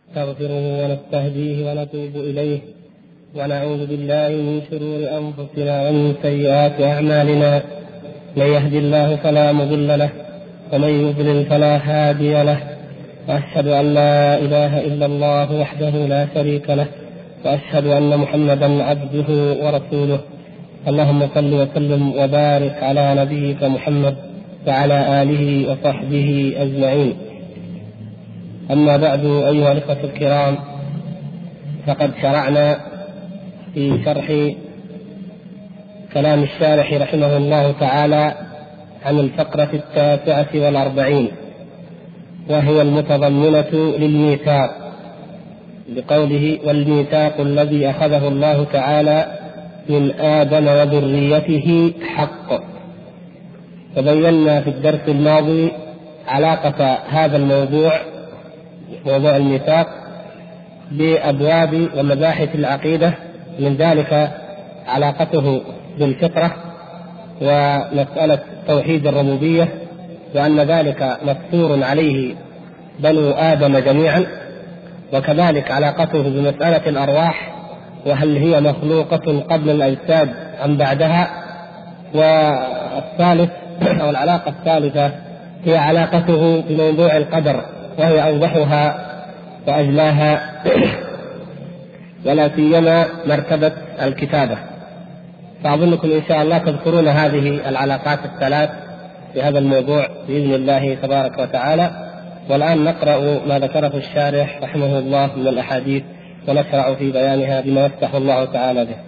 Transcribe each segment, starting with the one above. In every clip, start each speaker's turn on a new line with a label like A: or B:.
A: نستغفره ونستهديه ونتوب إليه ونعوذ بالله من شرور أنفسنا ومن سيئات أعمالنا. من يهد الله فلا مضل له ومن يضلل فلا هادي له، وأشهد أن لا إله إلا الله وحده لا شريك له، وأشهد أن محمدا عبده ورسوله. اللهم صل وسلم وبارك على نبيك محمد وعلى آله وصحبه أجمعين. أما بعد، أيها الإخوة الكرام، فقد شرعنا في شرح كلام الشارح رحمه الله تعالى عن الفقرة 49، وهي المتضمنة للميثاق، بقوله: والميثاق الذي أخذه الله تعالى من آدم وذريته حق. وبينا في الدرس الماضي علاقة هذا الموضوع، موضوع الميثاق، بأبواب ومباحث العقيدة، من ذلك علاقته بالفطرة ومسألة توحيد الربوبية، وأن ذلك مفطور عليه بنو آدم جميعا، وكذلك علاقته بمسألة الأرواح، وهل هي مخلوقة قبل الأجساد أم بعدها. والثالث أو العلاقة الثالثة هي علاقته بموضوع القدر، وهي أوضحها وأجلاها، ولا سيما مرتبة الكتابة. فأظنكم إن شاء الله تذكرون هذه العلاقات الثلاث في هذا الموضوع بإذن الله تبارك وتعالى. والآن نقرأ ما ذكره الشارح رحمه الله من الأحاديث، ونشرع في بيانها بما يفتح الله تعالى به.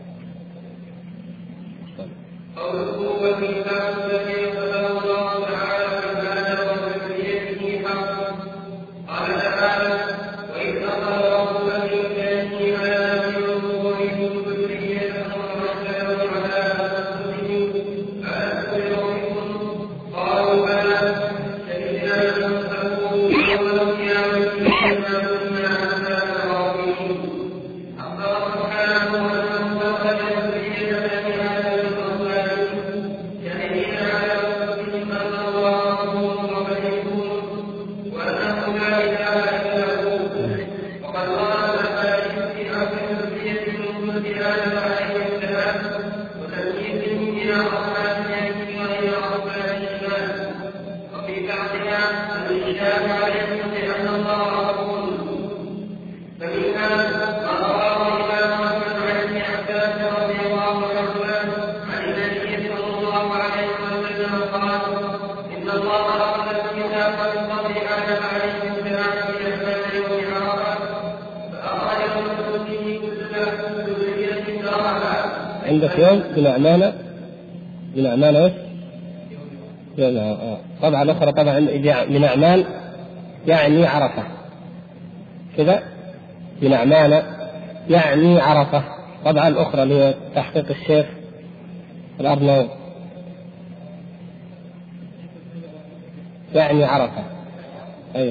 A: عندك يوم بنعمان ايش؟ طبعا اخرى، طبعا بنعمان يعني عرفة كذا، بنعمان يعني عرفة. طبعا الاخرى لتحقيق الشيخ الأرناؤوط يعني عرفة. ايوه.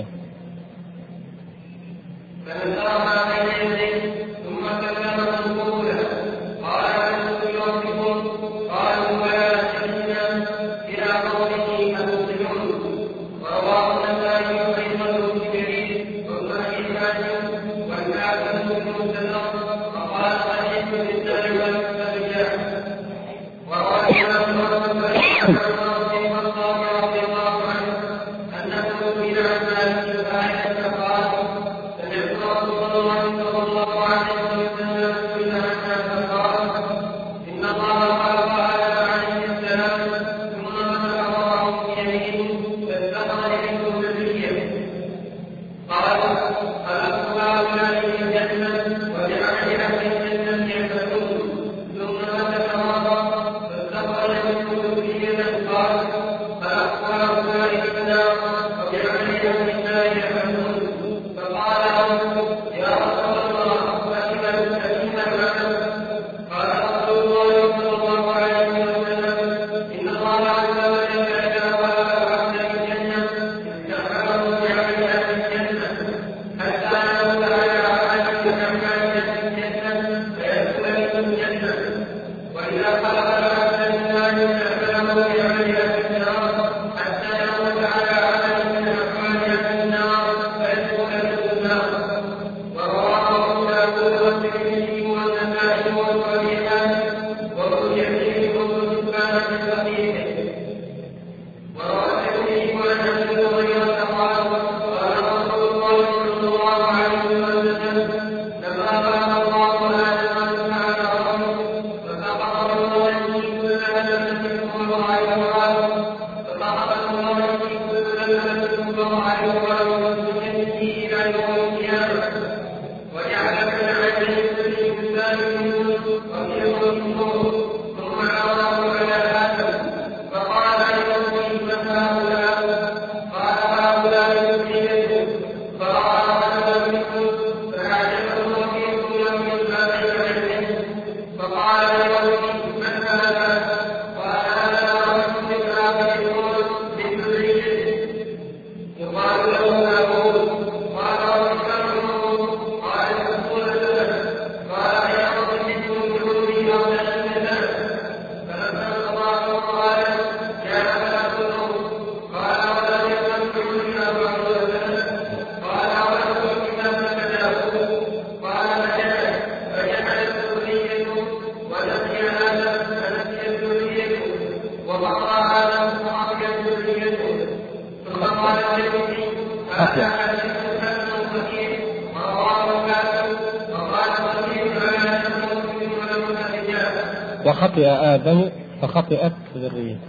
A: وخطئ آدم فخطئت ذريته.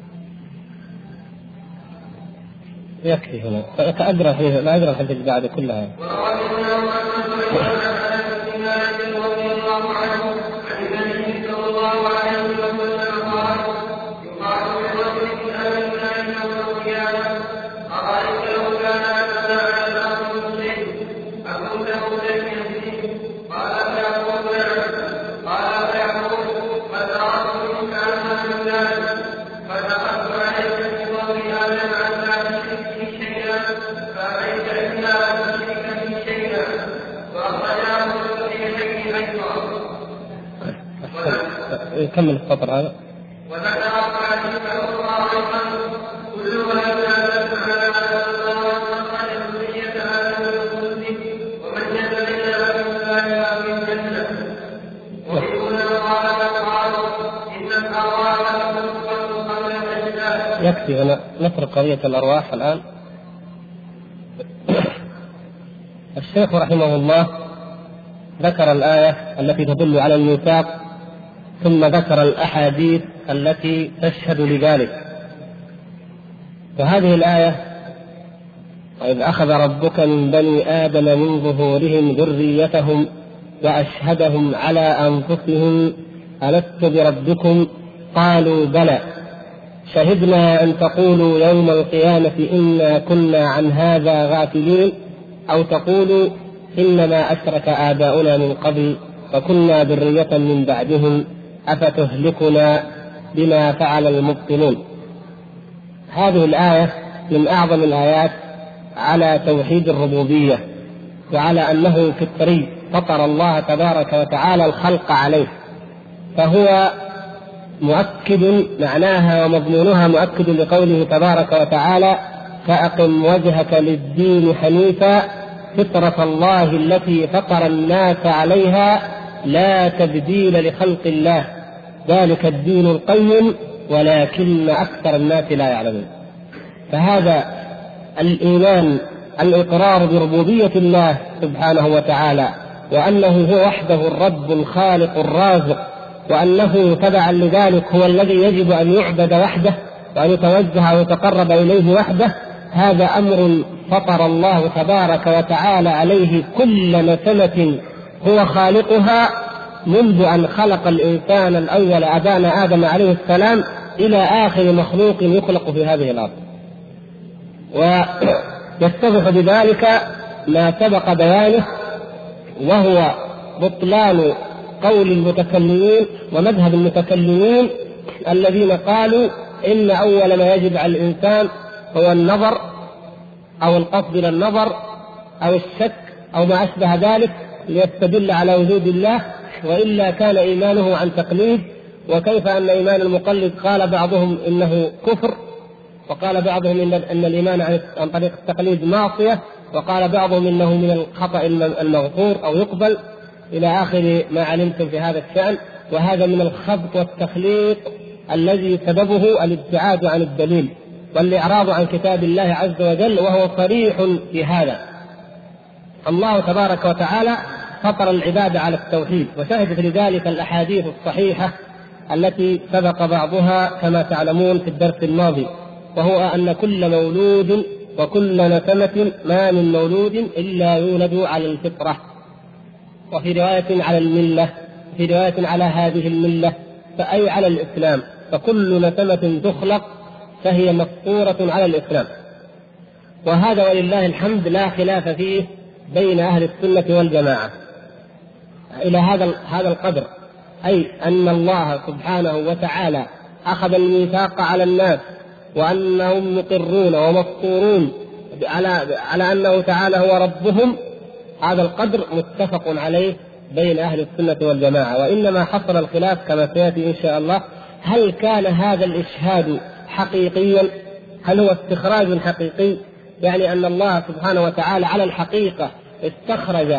A: يكفي هنا لا أدرى الحديث بعد كلها. كمل السطر هذا. يكفي هنا نترك قضية الأرواح الآن. الشيخ رحمه الله ذكر الآية التي تدل على الميثاق، ثم ذكر الأحاديث التي تشهد لذلك. وهذه الآية: وإذ أخذ ربك من بني آدم من ظهورهم ذريتهم وأشهدهم على أنفسهم ألست بربكم قالوا بلى شهدنا أن تقولوا يوم القيامة إنا كنا عن هذا غافلين أو تقولوا إنما أشرك آباؤنا من قبل وكنا ذرية من بعدهم أفتهلكنا بما فعل المبطلون. هذه الآية من أعظم الآيات على توحيد الربوبية وعلى أنه في الطريق فطر الله تبارك وتعالى الخلق عليه، فهو مؤكد معناها ومضمونها مؤكد لقوله تبارك وتعالى: فأقم وجهك للدين حنيفا فطرة الله التي فطر الناس عليها لا تبديل لخلق الله ذلك الدين القيم ولكن أكثر الناس لا يعلمون. فهذا الإيمان الإقرار بربوبية الله سبحانه وتعالى، وأنه هو وحده الرب الخالق الرازق، وأنه تبعا لذلك هو الذي يجب أن يعبد وحده وأن يتوجه ويتقرب إليه وحده. هذا أمر فطر الله تبارك وتعالى عليه كل نسمة هو خالقها منذ أن خلق الإنسان الأول أبانا آدم عليه السلام إلى آخر مخلوق يخلق في هذه الأرض. ويتضح بذلك ما سبق بيانه، وهو بطلان قول المتكلمين ومذهب المتكلمين الذين قالوا إن أول ما يجب على الإنسان هو النظر أو القصد إلى النظر أو الشك أو ما أشبه ذلك ليستدل على وجود الله، وإلا كان إيمانه عن تقليد. وكيف أن إيمان المقلد قال بعضهم إنه كفر، وقال بعضهم إن الإيمان عن طريق التقليد معصية، وقال بعضهم إنه من الخطأ المغفور أو يقبل، إلى آخر ما علمتم في هذا الشأن. وهذا من الخبط والتخليط الذي سببه الابتعاد عن الدليل والإعراض عن كتاب الله عز وجل، وهو صريح في هذا. الله تبارك وتعالى فطر العباد على التوحيد، وشهدت لذلك الأحاديث الصحيحة التي سبق بعضها كما تعلمون في الدرس الماضي، وهو أن كل مولود وكل نسمة ما من مولود إلا يولد على الفطرة، وفي رواية على الملة، في رواية على هذه الملة، فأي على الإسلام، فكل نسمة تخلق فهي مفطورة على الإسلام. وهذا ولله الحمد لا خلاف فيه بين أهل السنة والجماعة إلى هذا القدر، أي أن الله سبحانه وتعالى أخذ الميثاق على الناس وأنهم مقرون ومفطورون على أنه تعالى هو ربهم. هذا القدر متفق عليه بين أهل السنة والجماعة. وإنما حصل الخلاف كما سيأتي إن شاء الله، هل كان هذا الإشهاد حقيقيا؟ هل هو استخراج حقيقي؟ يعني أن الله سبحانه وتعالى على الحقيقة استخرج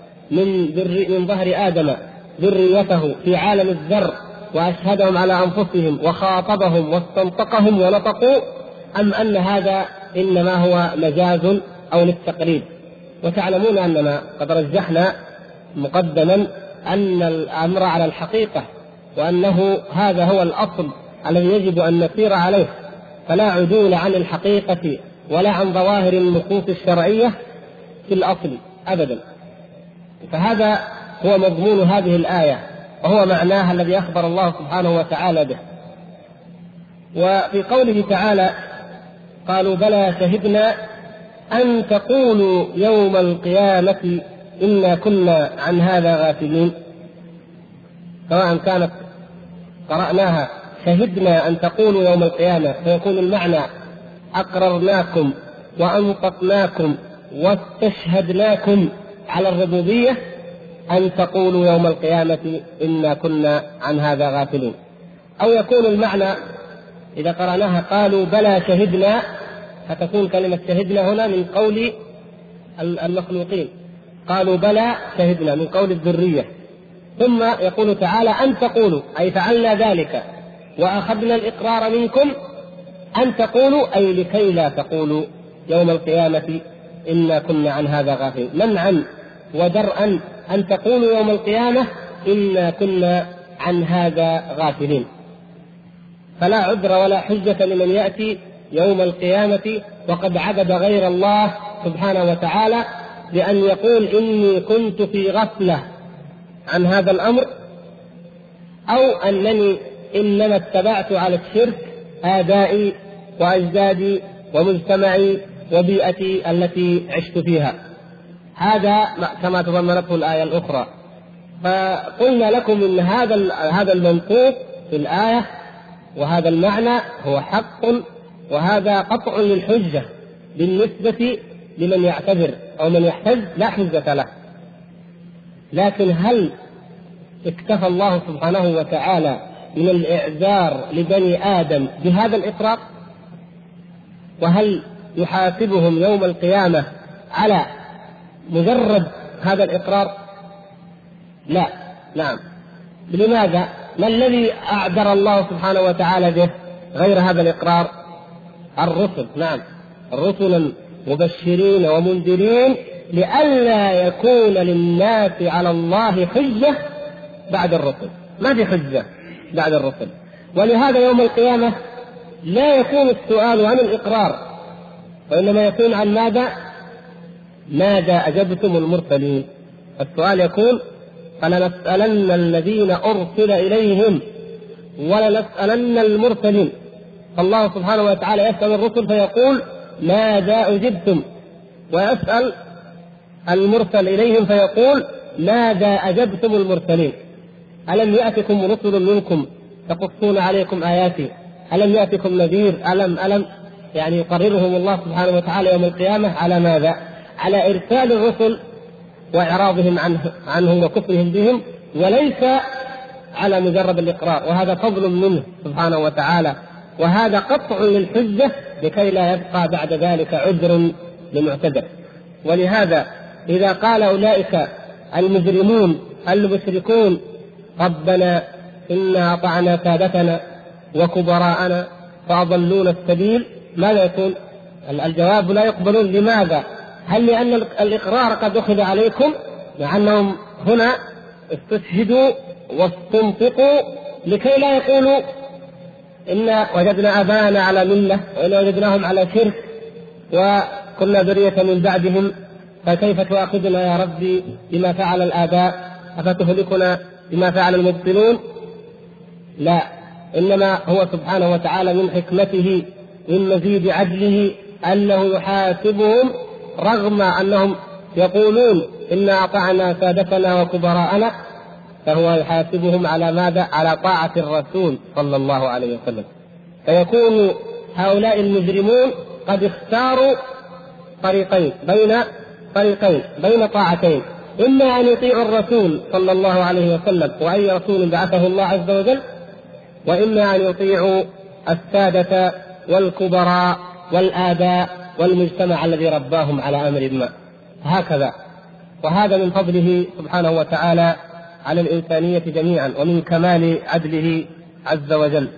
A: من ظهر آدم ذريته في عالم الذر وأشهدهم على أنفسهم وخاطبهم واستنطقهم ونطقوا، أم أن هذا إنما هو مجاز أو للتقريب؟ وتعلمون أننا قد رجحنا مقدما أن الأمر على الحقيقة، وأنه هذا هو الأصل الذي يجب أن نسير عليه، فلا عدول عن الحقيقة ولا عن ظواهر النصوص الشرعية في الأصل أبدا. فهذا هو مضمون هذه الآية، وهو معناها الذي أخبر الله سبحانه وتعالى به. وفي قوله تعالى: قالوا بلى شهدنا أن تقولوا يوم القيامة إنا كنا عن هذا غافلين، سواء كانت قرأناها شهدنا أن تقولوا يوم القيامة فيكون المعنى أقررناكم وأنطقناكم واستشهدناكم على الربوبية، أن تقولوا يوم القيامة إنا كنا عن هذا غافلين. أو يكون المعنى إذا قرأناها قالوا بلى شهدنا، فتكون كلمة شهدنا هنا من قول المخلوقين، قالوا بلى شهدنا من قول الذرية. ثم يقول تعالى أن تقولوا، أي فعلنا ذلك وأخذنا الإقرار منكم، أن تقولوا أي لكي لا تقولوا يوم القيامة إنا كنا عن هذا غافلين، منعا ودرءا أن تقولوا يوم القيامة إنا كنا عن هذا غافلين. فلا عذر ولا حجة لمن يأتي يوم القيامة وقد عبد غير الله سبحانه وتعالى بأن يقول إني كنت في غفلة عن هذا الأمر، أو أنني إنما اتبعت على الشرك آبائي وأجدادي ومجتمعي وبيئتي التي عشت فيها. هذا كما تضمنته الآية الأخرى. فقلنا لكم إن هذا المنطوق في الآية وهذا المعنى هو حق، وهذا قطع للحجة بالنسبة لمن يعتذر أو من يحتج لا حجة له. لكن هل اكتفى الله سبحانه وتعالى من الإعذار لبني آدم بهذا الإقرار؟ وهل يحاسبهم يوم القيامة على مجرد هذا الإقرار؟ لا. نعم. لماذا؟ ما الذي أعذر الله سبحانه وتعالى به غير هذا الإقرار؟ الرسل. نعم، رسلا مبشرين ومنذرين لئلا يكون للناس على الله حجة بعد الرسل. ما في حجة بعد الرسل. ولهذا يوم القيامة لا يكون السؤال عن الإقرار، وإنما يكون عن ماذا أجبتم المرسلين. السؤال يكون فلنسألن الذين أرسل إليهم ولنسألن المرسلين. الله سبحانه وتعالى يسأل الرسل فيقول ماذا أجبتم، ويسأل المرسل إليهم فيقول ماذا أجبتم المرسلين. ألم يأتكم رسل منكم تقصون عليكم آياتي؟ ألم يأتكم نذير؟ ألم يعني يقررهم الله سبحانه وتعالى يوم القيامة على ماذا؟ على إرسال الرسل وإعراضهم عنهم وكفرهم بهم، وليس على مجرد الإقرار. وهذا فضل منه سبحانه وتعالى، وهذا قطع للحجة لكي لا يبقى بعد ذلك عذر لمعتذر. ولهذا إذا قال أولئك المجرمون المشركون ربنا إنا أطعنا سادتنا وكبراءنا فأضلونا السبيل، ماذا يكون؟ الجواب لا يقبلون. لماذا؟ هل لأن الإقرار قد أخذ عليكم؟ مع أنهم هنا استشهدوا واستنطقوا لكي لا يقولوا إن وجدنا آباءنا على ملة وإن وجدناهم على شرك وكنا ذرية من بعدهم، فكيف تؤاخذنا يا ربي بما فعل الآباء، أفتهلكنا بما فعل المبطلون؟ لا، إنما هو سبحانه وتعالى من حكمته من مزيد عدله أنه يحاسبهم رغم أنهم يقولون إنا أطعنا سادتنا وكبراءنا، فهو يحاسبهم على ماذا؟ على طاعة الرسول صلى الله عليه وسلم. فيكون هؤلاء المجرمون قد اختاروا طريقين بين طاعتين، إما أن يطيعوا الرسول صلى الله عليه وسلم وأي رسول بعثه الله عز وجل، وإما أن يطيعوا السادة والكبراء والآباء والمجتمع الذي رباهم على أمر ما. هكذا. وهذا من فضله سبحانه وتعالى على الإنسانية جميعا، ومن كمال عدله عز وجل.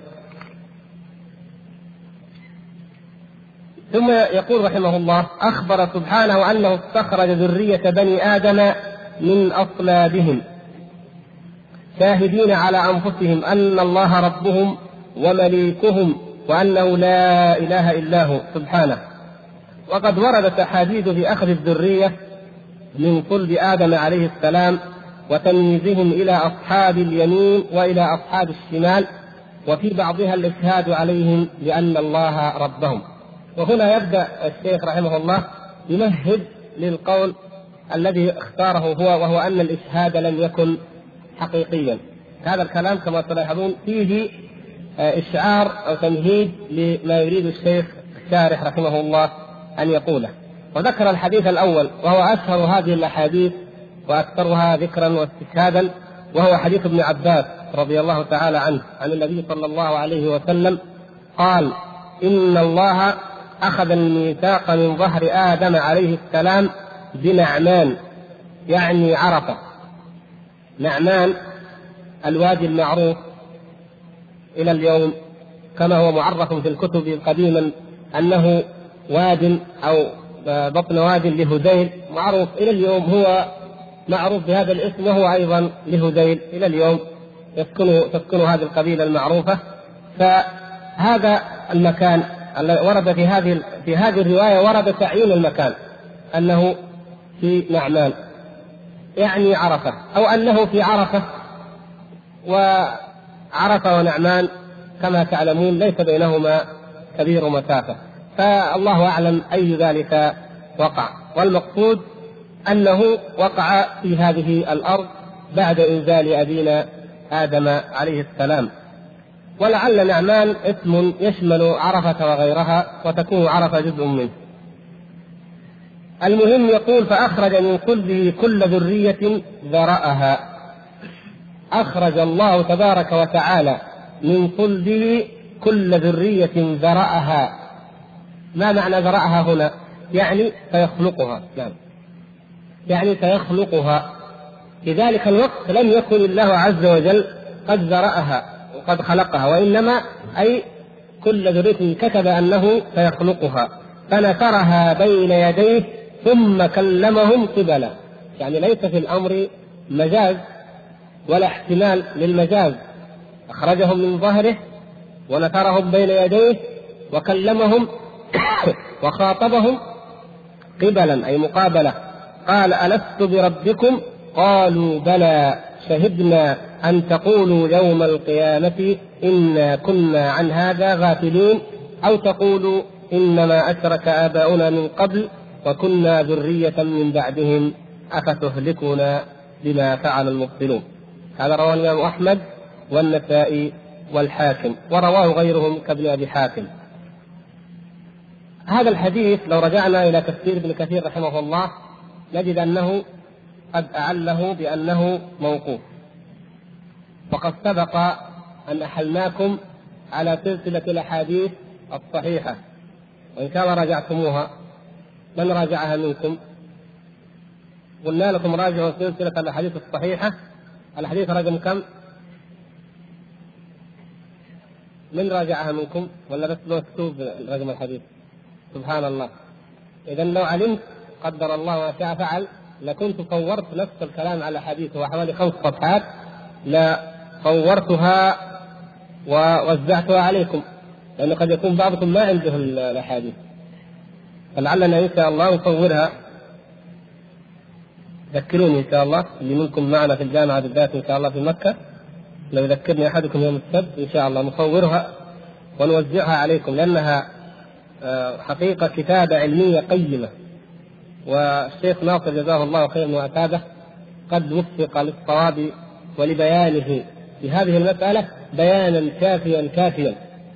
A: ثم يقول رحمه الله: أخبر سبحانه أنه استخرج ذرية بني آدم من أصلابهم، شاهدين على أنفسهم أن الله ربهم ومليكهم وأنه لا إله إلا هو سبحانه. وقد وردت أحاديث في أخذ الذرية من صلب آدم عليه السلام وتمييزهم إلى أصحاب اليمين وإلى أصحاب الشمال، وفي بعضها الإشهاد عليهم بأن الله ربهم. وهنا يبدأ الشيخ رحمه الله يمهد للقول الذي اختاره هو، وهو أن الإشهاد لم يكن حقيقيا. هذا الكلام كما تلاحظون فيه إشعار أو تمهيد لما يريد الشيخ الشارح رحمه الله أن يقوله. وذكر الحديث الأول وهو أشهر هذه الأحاديث وأكثرها ذكرا واستشهادا، وهو حديث ابن عباس رضي الله تعالى عنه عن النبي صلى الله عليه وسلم قال: إن الله أخذ الميثاق من ظهر آدم عليه السلام بنعمان، يعني عرفة. نعمان الوادي المعروف إلى اليوم كما هو معرف في الكتب قديما أنه واد أو بطن واد لهذيل، معروف إلى اليوم، هو معروف بهذا الاسم، وهو أيضا لهذيل إلى اليوم تسكن هذه القبيلة المعروفة. فهذا المكان ورد في هذه الرواية ورد تعيين المكان أنه في نعمان، يعني عرفة، أو أنه في عرفة. وعرفة ونعمان كما تعلمون ليس بينهما كبير مسافة، فالله أعلم أي ذلك وقع. والمقصود أنه وقع في هذه الأرض بعد إنزال أبينا آدم عليه السلام. ولعل نعمان اسم يشمل عرفة وغيرها، وتكون عرفة جزء منه. المهم يقول: فأخرج من صلبه كل ذرية ذرأها. أخرج الله تبارك وتعالى من صلبه كل ذرية ذرأها. ما معنى ذرأها هنا؟ يعني سيخلقها. نعم، يعني سيخلقها. في ذلك الوقت لم يكن الله عز وجل قد ذرأها وقد خلقها، وإنما أي كل ذرية كتب أنه سيخلقها، فنثرها بين يديه ثم كلمهم قبلا. يعني ليس في الأمر مجاز ولا احتمال للمجاز، أخرجهم من ظهره ونثرهم بين يديه وكلمهم وخاطبهم قبلا أي مقابلة. قال: ألست بربكم؟ قالوا: بلى، شهدنا أن تقولوا يوم القيامة إنا كنا عن هذا غافلين، أو تقولوا إنما أشرك آباؤنا من قبل وكنا ذرية من بعدهم أفتهلكنا بما فعل المبطلون. هذا رواه الإمام أحمد والنسائي والحاكم، ورواه غيرهم كابن أبي حاتم. هذا الحديث لو رجعنا إلى تفسير ابن كثير رحمه الله نجد أنه قد أعله بأنه موقوف، وقد سبق أن أحلناكم على سلسلة الأحاديث الصحيحة، وإن كان راجعتموها. من راجعها منكم؟ قلنا لكم راجعوا سلسلة الأحاديث الصحيحة. الحديث رقم كم؟ من راجعها منكم ولا بس مكتوب رقم الحديث؟ سبحان الله. إذن لو علمت قدر الله ما شاء فعل لكنت صورت نفس الكلام على حديث هو حوالي 5 صفحات، لا صورتها ووزعتها عليكم، لأنه قد يكون بعضكم ما عنده الأحاديث، فلعلنا إن شاء الله نصورها. ذكروني إن شاء الله اللي منكم معنا في الجامعة بالذات إن شاء الله في مكة، لو يذكرني أحدكم يوم السبت إن شاء الله نصورها ونوزعها عليكم، لأنها حقيقة كتابة علمية قيمة. والشيخ ناصر جزاه الله خيرا وأتابه قد وفق للصواب ولبيانه في هذه المسألة بيانا كافيا.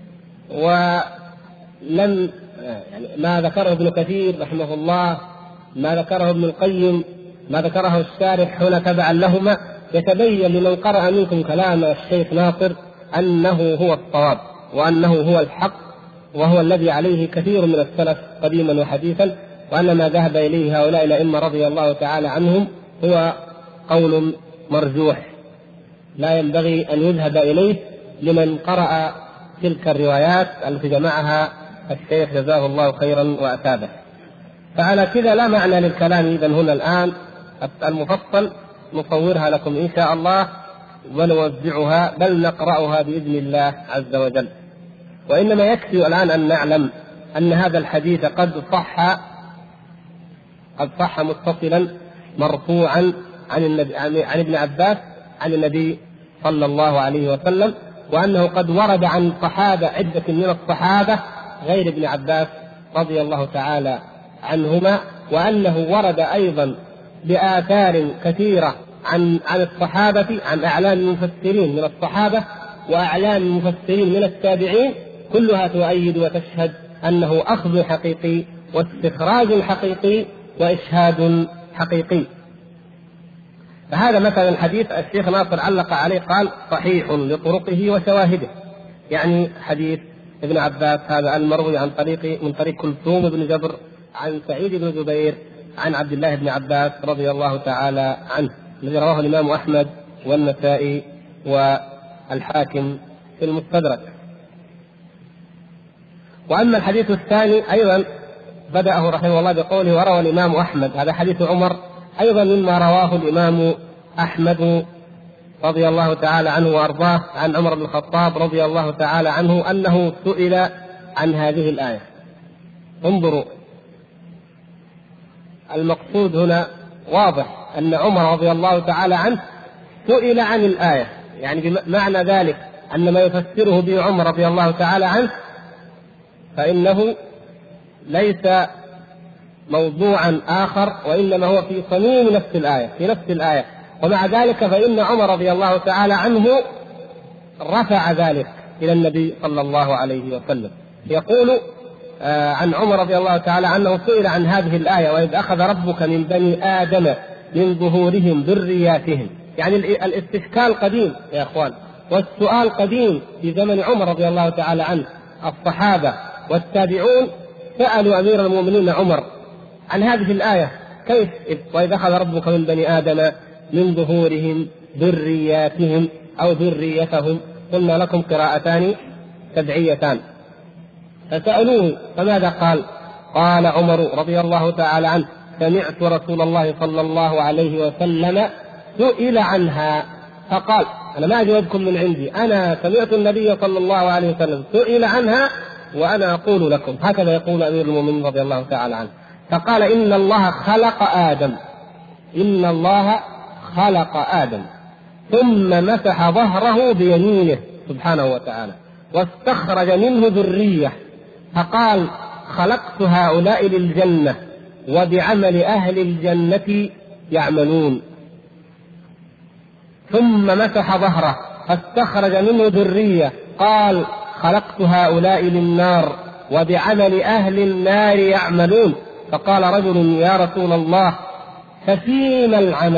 A: ولم يعني ما ذكره ابن كثير رحمه الله، ما ذكره ابن القيم، ما ذكره الشارح هنا تبعا لهما، يتبين لمن قرأ منكم كلام الشيخ ناصر أنه هو الصواب وأنه هو الحق، وهو الذي عليه كثير من السلف قديما وحديثا، وأن ما ذهب إليه هؤلاء الأئمة رضي الله تعالى عنهم هو قول مرجوح لا ينبغي أن يذهب إليه لمن قرأ تلك الروايات التي جمعها الشيخ جزاه الله خيرا وأتابه. فعلى كذا لا معنى للكلام إذن هنا الآن المفصل، نصورها لكم إن شاء الله ونوزعها بل نقرأها بإذن الله عز وجل. وإنما يكفي الآن أن نعلم أن هذا الحديث قد صح متصلا مرفوعا عن ابن عباس عن النبي صلى الله عليه وسلم، وأنه قد ورد عن صحابة عدة من الصحابة غير ابن عباس رضي الله تعالى عنهما، وأنه ورد أيضا بآثار كثيرة عن الصحابة، عن أعلام المفسرين من الصحابة وأعلام المفسرين من التابعين، كلها تؤيد وتشهد أنه أخذ حقيقي واستخراج حقيقي وإشهاد حقيقي. فهذا مثلا الحديث الشيخ ناصر علق عليه قال صحيح لطرقه وشواهده، يعني حديث ابن عباس هذا المروي من طريق كلثوم بن جبر عن سعيد بن جبير عن عبد الله بن عباس رضي الله تعالى عنه، الذي رواه الإمام أحمد والنسائي والحاكم في المستدرك. وأما الحديث الثاني أيضا بدأه رحمه الله بقوله وروى الإمام أحمد، هذا حديث عمر أيضا مما رواه الإمام أحمد رضي الله تعالى عنه وأرضاه عن عمر بن الخطاب رضي الله تعالى عنه أنه سئل عن هذه الآية. انظروا، المقصود هنا واضح أن عمر رضي الله تعالى عنه سئل عن الآية، يعني بمعنى ذلك أن ما يفسره به عمر رضي الله تعالى عنه فإنه ليس موضوعا آخر، وإنما هو في صميم نفس الآية. ومع ذلك فإن عمر رضي الله تعالى عنه رفع ذلك إلى النبي صلى الله عليه وسلم. يقول عن عمر رضي الله تعالى عنه سئل عن هذه الآية وإذ أخذ ربك من بني آدم من ظهورهم ذرياتهم، يعني الاستشكال قديم يا أخوان، والسؤال قديم في زمن عمر رضي الله تعالى عنه. الصحابة والتابعون سألوا أمير المؤمنين عمر عن هذه الآية، كيف وإذ أخذ ربك من بني آدم من ظهورهم ذرياتهم أو ذريتهم، قلنا لكم قراءتان تبعيتان. فسألوه فماذا قال؟ قال عمر رضي الله تعالى عنه سمعت رسول الله صلى الله عليه وسلم سئل عنها فقال، أنا ما أجاوبكم من عندي، أنا سمعت النبي صلى الله عليه وسلم سئل عنها وأنا أقول لكم. هكذا يقول أمير المؤمنين رضي الله تعالى عنه. فقال إن الله خلق آدم ثم مسح ظهره بيمينه سبحانه وتعالى واستخرج منه ذرية، فقال خلقت هؤلاء للجنة وبعمل أهل الجنة يعملون. ثم مسح ظهره فاستخرج منه ذرية، قال خلقت هؤلاء للنار وبعمل أهل النار يعملون. فقال رجل يا رسول الله ففيما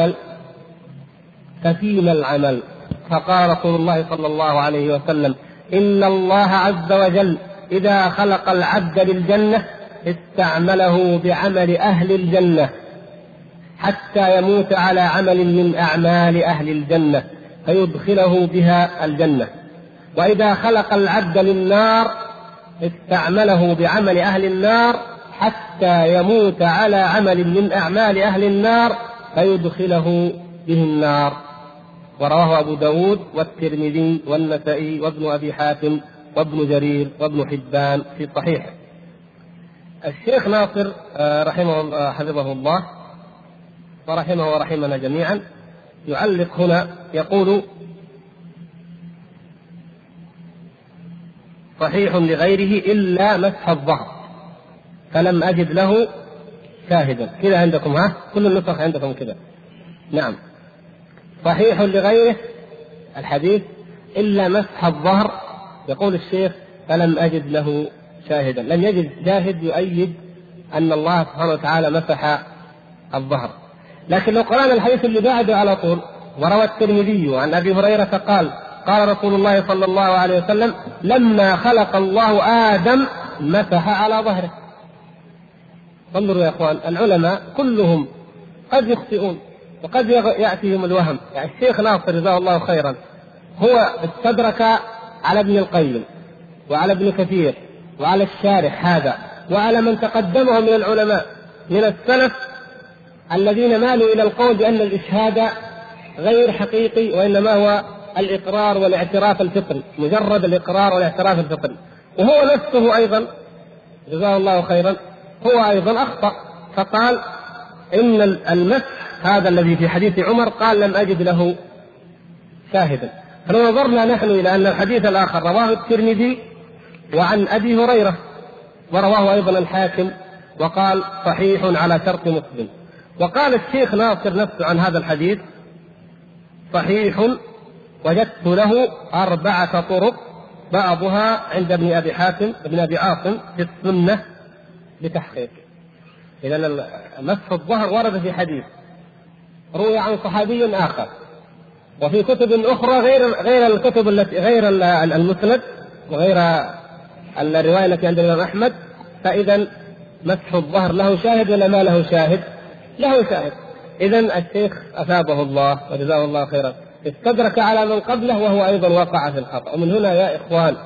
A: العمل؟ فقال رسول الله صلى الله عليه وسلم إن الله عز وجل إذا خلق العبد للجنة استعمله بعمل أهل الجنة حتى يموت على عمل من أعمال أهل الجنة فيدخله بها الجنة، وإذا خلق العبد للنار استعمله بعمل أهل النار حتى يموت على عمل من أعمال أهل النار فيدخله به النار. ورواه أبو داود والترمذي والنسائي وابن أبي حاتم وابن جرير وابن حبان في صحيحه. الشيخ ناصر حفظه الله ورحمه ورحمنا جميعا يعلق هنا يقول صحيح لغيره إلا مسح الظهر فلم أجد له شاهدا. كذا عندكم؟ كل النسخ عندكم كذا؟ نعم، صحيح لغيره الحديث إلا مسح الظهر. يقول الشيخ فلم أجد له شاهدا، لم يجد شاهد يؤيد أن الله سبحانه وتعالى مسح الظهر. لكن لو قرأنا الحديث اللي بعده على طول، وروى الترمذي عن أبي هريرة قال قال رسول الله صلى الله عليه وسلم لما خلق الله آدم مسح على ظهره. انظروا يا أخوان، العلماء كلهم قد يخطئون وقد يأتيهم الوهم. يعني الشيخ ناصر جزاه الله خيرا هو استدرك على ابن القيم وعلى ابن كثير وعلى الشارح هذا وعلى من تقدمهم من العلماء من السلف الذين مالوا إلى القول بأن الإشهاد غير حقيقي وإنما هو الإقرار والاعتراف الفطري، مجرد الإقرار والاعتراف الفطري. وهو نفسه أيضا جزاه الله خيرا هو أيضا أخطأ، فقال إن المسح هذا الذي في حديث عمر قال لم أجد له شاهدا. فلو نظرنا نحن إلى أن الحديث الآخر رواه الترمذي وعن أبي هريرة ورواه أيضا الحاكم وقال صحيح على شرط مسلم، وقال الشيخ ناصر نفسه عن هذا الحديث صحيح وجدت له 4 طرق بعضها عند ابن أبي عاصم في السنة بتحقيق. إذن مسح الظهر ورد في حديث روي عن صحابي آخر وفي كتب أخرى غير الكتب التي غير المسند وغير الرواية التي عند الإمام أحمد. فإذا مسح الظهر له شاهد ولا ما له شاهد؟ له شاهد. إذن الشيخ أثابه الله وجزاه الله خيرا استدرك على من قبله وهو أيضا وقع في الخطأ. ومن هنا يا إخوان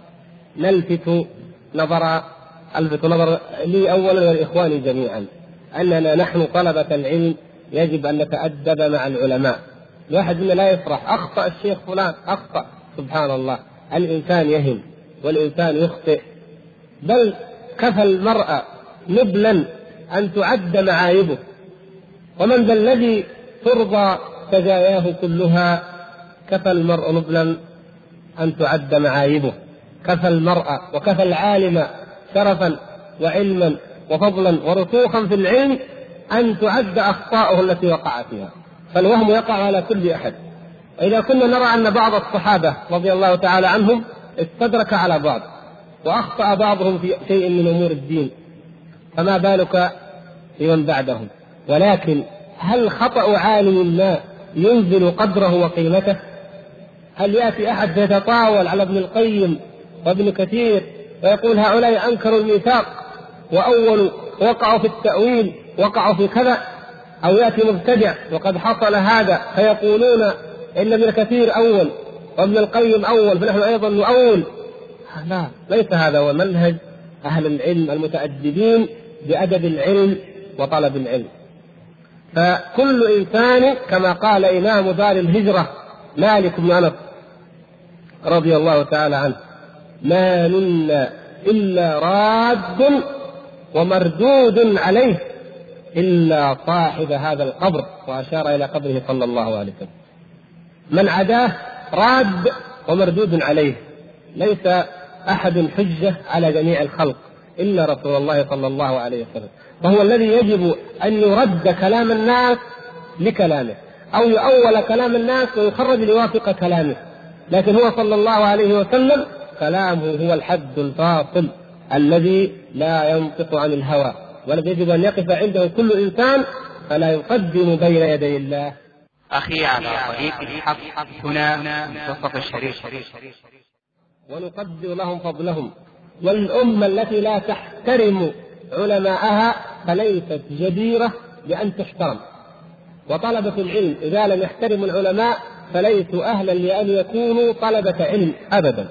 A: نلفت نظر لي أولا والإخوان جميعا أننا نحن طلبة العلم يجب أن نتأدب مع العلماء. الواحد منا لا يفرح أخطأ الشيخ فلان أخطأ، سبحان الله، الإنسان يهم والإنسان يخطئ، بل كفى المرأة نبلا أن تعد معايبه، ومن ذا الذي ترضى سجاياه كلها؟ كفى المرء نبلا أن تعد معايبه، كفى المرأة وكفى العالم شرفا وعلما وفضلا ورسوخا في العلم أن تعد أخطاؤه التي وقع فيها، فالوهم يقع على كل أحد. وإذا كنا نرى أن بعض الصحابة رضي الله تعالى عنهم استدرك على بعض وأخطأ بعضهم في شيء من أمور الدين، فما بالك بمن بعدهم؟ ولكن هل خطأ عالم ما ينزل قدره وقيمته؟ هل يأتي أحد يتطاول على ابن القيم وابن كثير ويقول هؤلاء أنكروا الميثاق وأول وقعوا في التأويل وقعوا في كذا؟ أو يأتي مبتدع وقد حصل هذا فيقولون إن ابن كثير أول وابن القيم أول فنحن أيضا نؤول؟ لا، ليس هذا هو منهج أهل العلم المتأدبين بأدب العلم وطلب العلم. فكل إنسان كما قال إمام دار الهجرة مالك بن أنس رضي الله تعالى عنه ما منا إلا راد ومردود عليه إلا صاحب هذا القبر، وأشار إلى قبره صلى الله عليه وسلم. من عداه راد ومردود عليه، ليس أحد حجة على جميع الخلق إلا رسول الله صلى الله عليه وسلم، وهو الذي يجب أن يرد كلام الناس لكلامه أو يؤول كلام الناس ويخرج ليوافق كلامه. لكن هو صلى الله عليه وسلم كلامه هو الحد الفاصل الذي لا ينطق عن الهوى، والذي يجب أن يقف عنده كل إنسان فلا يقدم بين يدي الله.
B: أخي على طريق الحق هنا منتصف الشريف،
A: ونقدر لهم فضلهم. والأمة التي لا تحترم علماءها فليست جديرة بأن تحترم، وطلبة العلم إذا لم يحترموا العلماء فليسوا أهلا لأن يكونوا طلبة علم أبدا.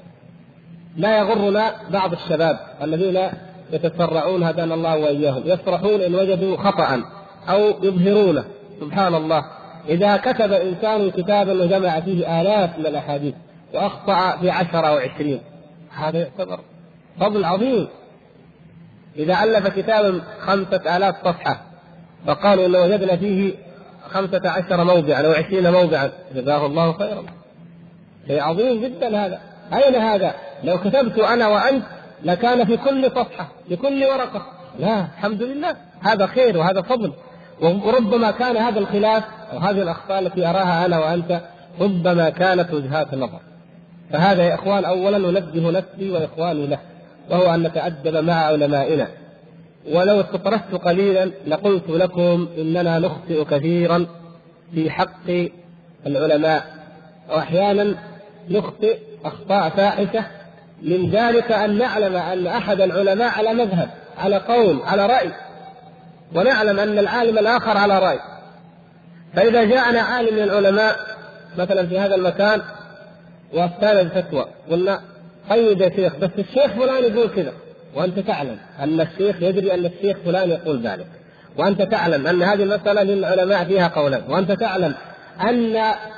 A: لا يغرنا بعض الشباب الذين يتسرعون هدانا الله وإياهم، يفرحون إن وجدوا خطأ أو يظهرونه. سبحان الله، إذا كتب إنسان كتابا وجمع فيه آلاف من الأحاديث وأخطأ في 10 أو 20 هذا يعتبر فضل عظيم. إذا ألف كتابا 5000 صفحة فقالوا إن وجدنا فيه 15 موضعا أو 20 موضعا جزاه الله خيرا، شيء عظيم جدا هذا. أين هذا؟ لو كتبت أنا وأنت لكان في كل صفحة في كل ورقة. لا، الحمد لله، هذا خير وهذا فضل. وربما كان هذا الخلاف أو هذه الأخطاء التي أراها أنا وأنت ربما كانت وجهات نظر. فهذا يا إخوان أولا ننبه نفسي وإخواني له، وهو أن نتأدب مع علمائنا. ولو استطردت قليلا لقلت لكم إننا نخطئ كثيرا في حق العلماء، وأحيانا نخطئ أخطاء فاحشة، من ذلك أن نعلم أن أحد العلماء على مذهب على قول على رأي، ونعلم أن العالم الآخر على رأي. فإذا جاءنا عالم من العلماء مثلا في هذا المكان وأفتانا الفتوى قلنا قيد يا شيخ بس الشيخ فلان يقول كذا، وأنت تعلم أن الشيخ يدري أن الشيخ فلان يقول ذلك، وأنت تعلم أن هذه المسألة للعلماء فيها قولان، وأنت تعلم أن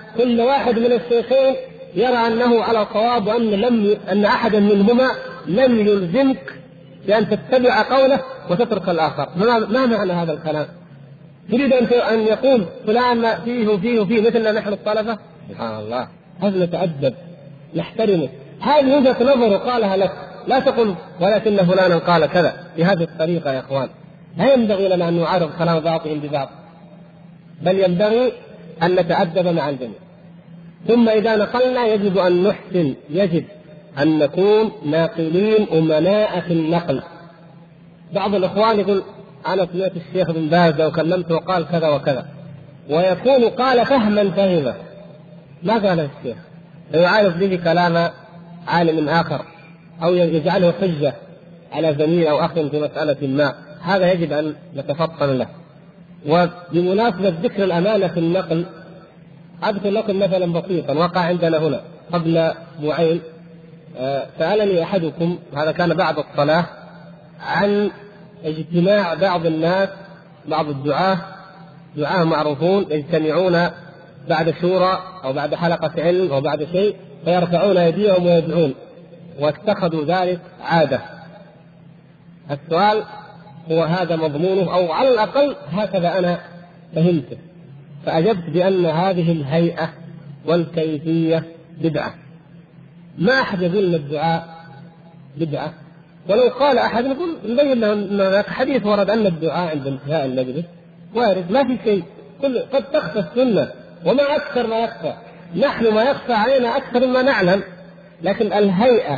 A: كل واحد من الشيخين يرى أنه على صواب، أن أحدا منهما لم يلزمك بأن تتبع قوله وتترك الآخر. ما معنى هذا الكلام؟ تريد أن يقول فلان فيه وفيه وفيه مثلنا نحن الطلبة؟ سبحان الله، هذا نتأدب نحترمه. هذه وجهة نظر قالها لك، لا تقل ولكن فلانا قال كذا بهذه الطريقة. يا إخوان، لا ينبغي لنا أن نعارض كلام بعضهم ببعض، بل ينبغي أن نتأدب مع الجميع. ثم إذا نقلنا يجب أن نحسن، يجب أن نكون ناقلين أمناء في النقل. بعض الإخوان يقول أنا سمعت الشيخ بن باز وكلمته وقال كذا وكذا، ويكون قال فهما فهمه ما قال الشيخ، يعارض به كلام عالم آخر أو يجعله حجة على زميل أو أخ في مسألة ما. هذا يجب أن نتفطن له. وبمناسبة ذكر الأمانة في النقل، أذكر لكم مثلا بسيطا وقع عندنا هنا قبل اسبوعين. سألني أحدكم، هذا كان بعد الصلاة، عن اجتماع بعض الناس، بعض الدعاة معروفون يجتمعون بعد شورى أو بعد حلقة علم أو بعد شيء فيرفعون أيديهم ويدعون، واتخذوا ذلك عادة. السؤال هو هذا مضمونه، أو على الأقل هكذا أنا فهمته، فأجبت بأن هذه الهيئة والكيفية بدعة. ما أحد يقول أن الدعاء بدعة، ولو قال أحد نقول نبين له أن هناك حديث ورد أن الدعاء عند انتهاء المجلس وارد، ما في شيء، قد تخفى السنة وما أكثر ما يخفى، نحن ما يخفى علينا أكثر مما نعلم. لكن الهيئة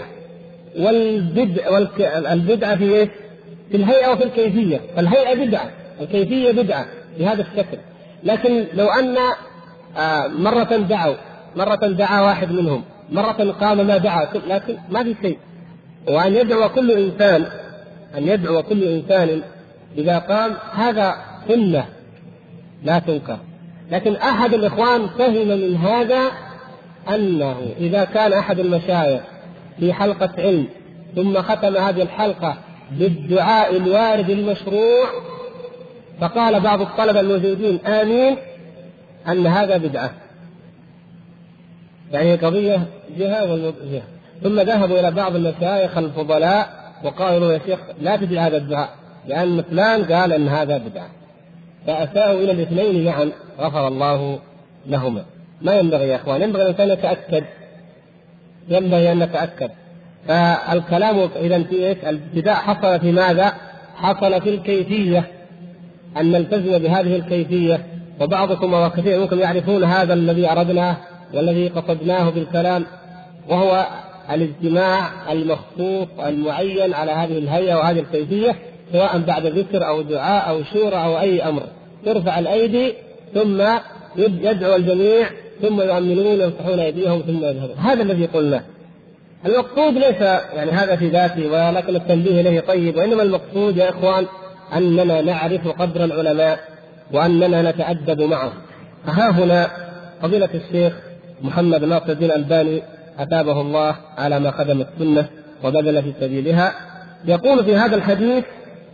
A: والبدعة في إيه؟ في الهيئة وفي الكيفية. الهيئة بدعة، الكيفية بدعة بهذا الشكل. لكن لو أن مرة دعا واحد منهم، مرة قام ما دعا، لكن ما في شيء. وأن يدعو كل إنسان إذا قام هذا سنة لا تنكر. لكن أحد الإخوان فهم من هذا أنه إذا كان أحد المشايخ في حلقة علم ثم ختم هذه الحلقة بالدعاء الوارد المشروع فقال بعض الطلبة الموجودين آمين، أن هذا بدعة. يعني قضية جهة والجهة. ثم ذهبوا إلى بعض المشايخ الفضلاء وقالوا يا شيخ لا تدعي هذا الدعاء لأن فلان قال أن هذا بدعة، فأساءوا إلى الاثنين معا غفر الله لهما. ما ينبغي يا أخوان، ينبغي أن نتأكد. فالكلام إذا في الابتداء حصل في ماذا؟ حصل في الكيفية، أن نلتزم بهذه الكيفية. وبعضكم وكثير منكم يعرفون هذا الذي أردناه والذي قصدناه بالكلام، وهو الاجتماع المخصوص المعين على هذه الهيئة وهذه الكيفية، سواء بعد ذكر أو دعاء أو شورى أو أي أمر، ترفع الأيدي ثم يدعو الجميع ثم يؤمنون يمسحون أيديهم ثم يذهبون. هذا الذي قلنا. المقصود ليس يعني هذا في ذاته ولكن التنبيه إليه طيب، وإنما المقصود يا إخوان أننا نعرف قدر العلماء وأننا نتأدب معهم. فها هنا فضيلة الشيخ محمد ناصر الدين الألباني أتابه الله على ما خدم السنة وبذل في سبيلها، يقول في هذا الحديث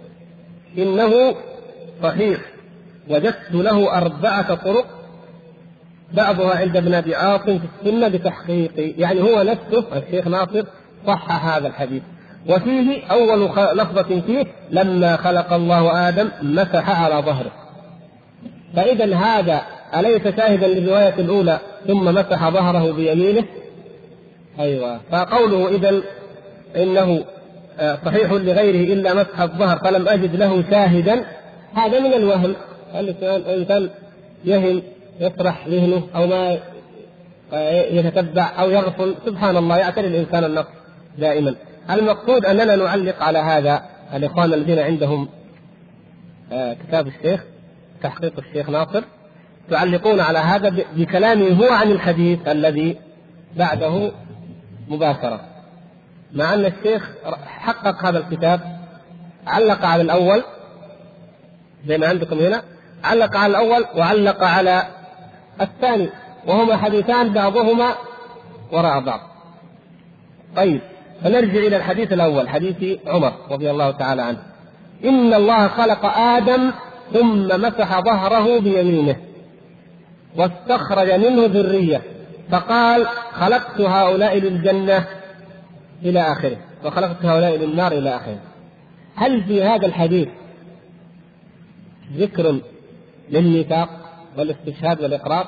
A: إنه صحيح، وجدت له 4 طرق، بعضها عند ابن أبي عاصم في السنة بتحقيق، يعني هو نفسه الشيخ ناصر صح هذا الحديث. وفيه أول لفظة فيه لما خلق الله آدم مسح على ظهره. فإذا هذا أليس شاهدا للرواية الأولى ثم مسح ظهره بيمينه؟ أيوة. فقوله إذن إنه صحيح لغيره إلا مسح الظهر فلم أجد له شاهدا، هذا من الوهم. الإنسان يهم يسرح ذهنه أو ما يتتبع أو يغفل، سبحان الله، يعتري الإنسان النقص دائما. المقصود أننا نعلق على هذا. الإخوان الذين عندهم كتاب الشيخ تحقيق الشيخ ناصر تعلقون على هذا بكلامه هو عن الحديث الذي بعده مباشرة، مع أن الشيخ حقق هذا الكتاب، علق على الأول زي ما عندكم هنا، علق على الأول وعلق على الثاني، وهما حديثان بعضهما وراء بعض. طيب، فنرجع إلى الحديث الأول، حديث عمر رضي الله تعالى عنه: إن الله خلق آدم ثم مسح ظهره بيمينه. واستخرج منه ذرية، فقال خلقت هؤلاء للجنة إلى آخره وخلقت هؤلاء للنار إلى آخره. هل في هذا الحديث ذكر للميثاق والاستشهاد والإقرار؟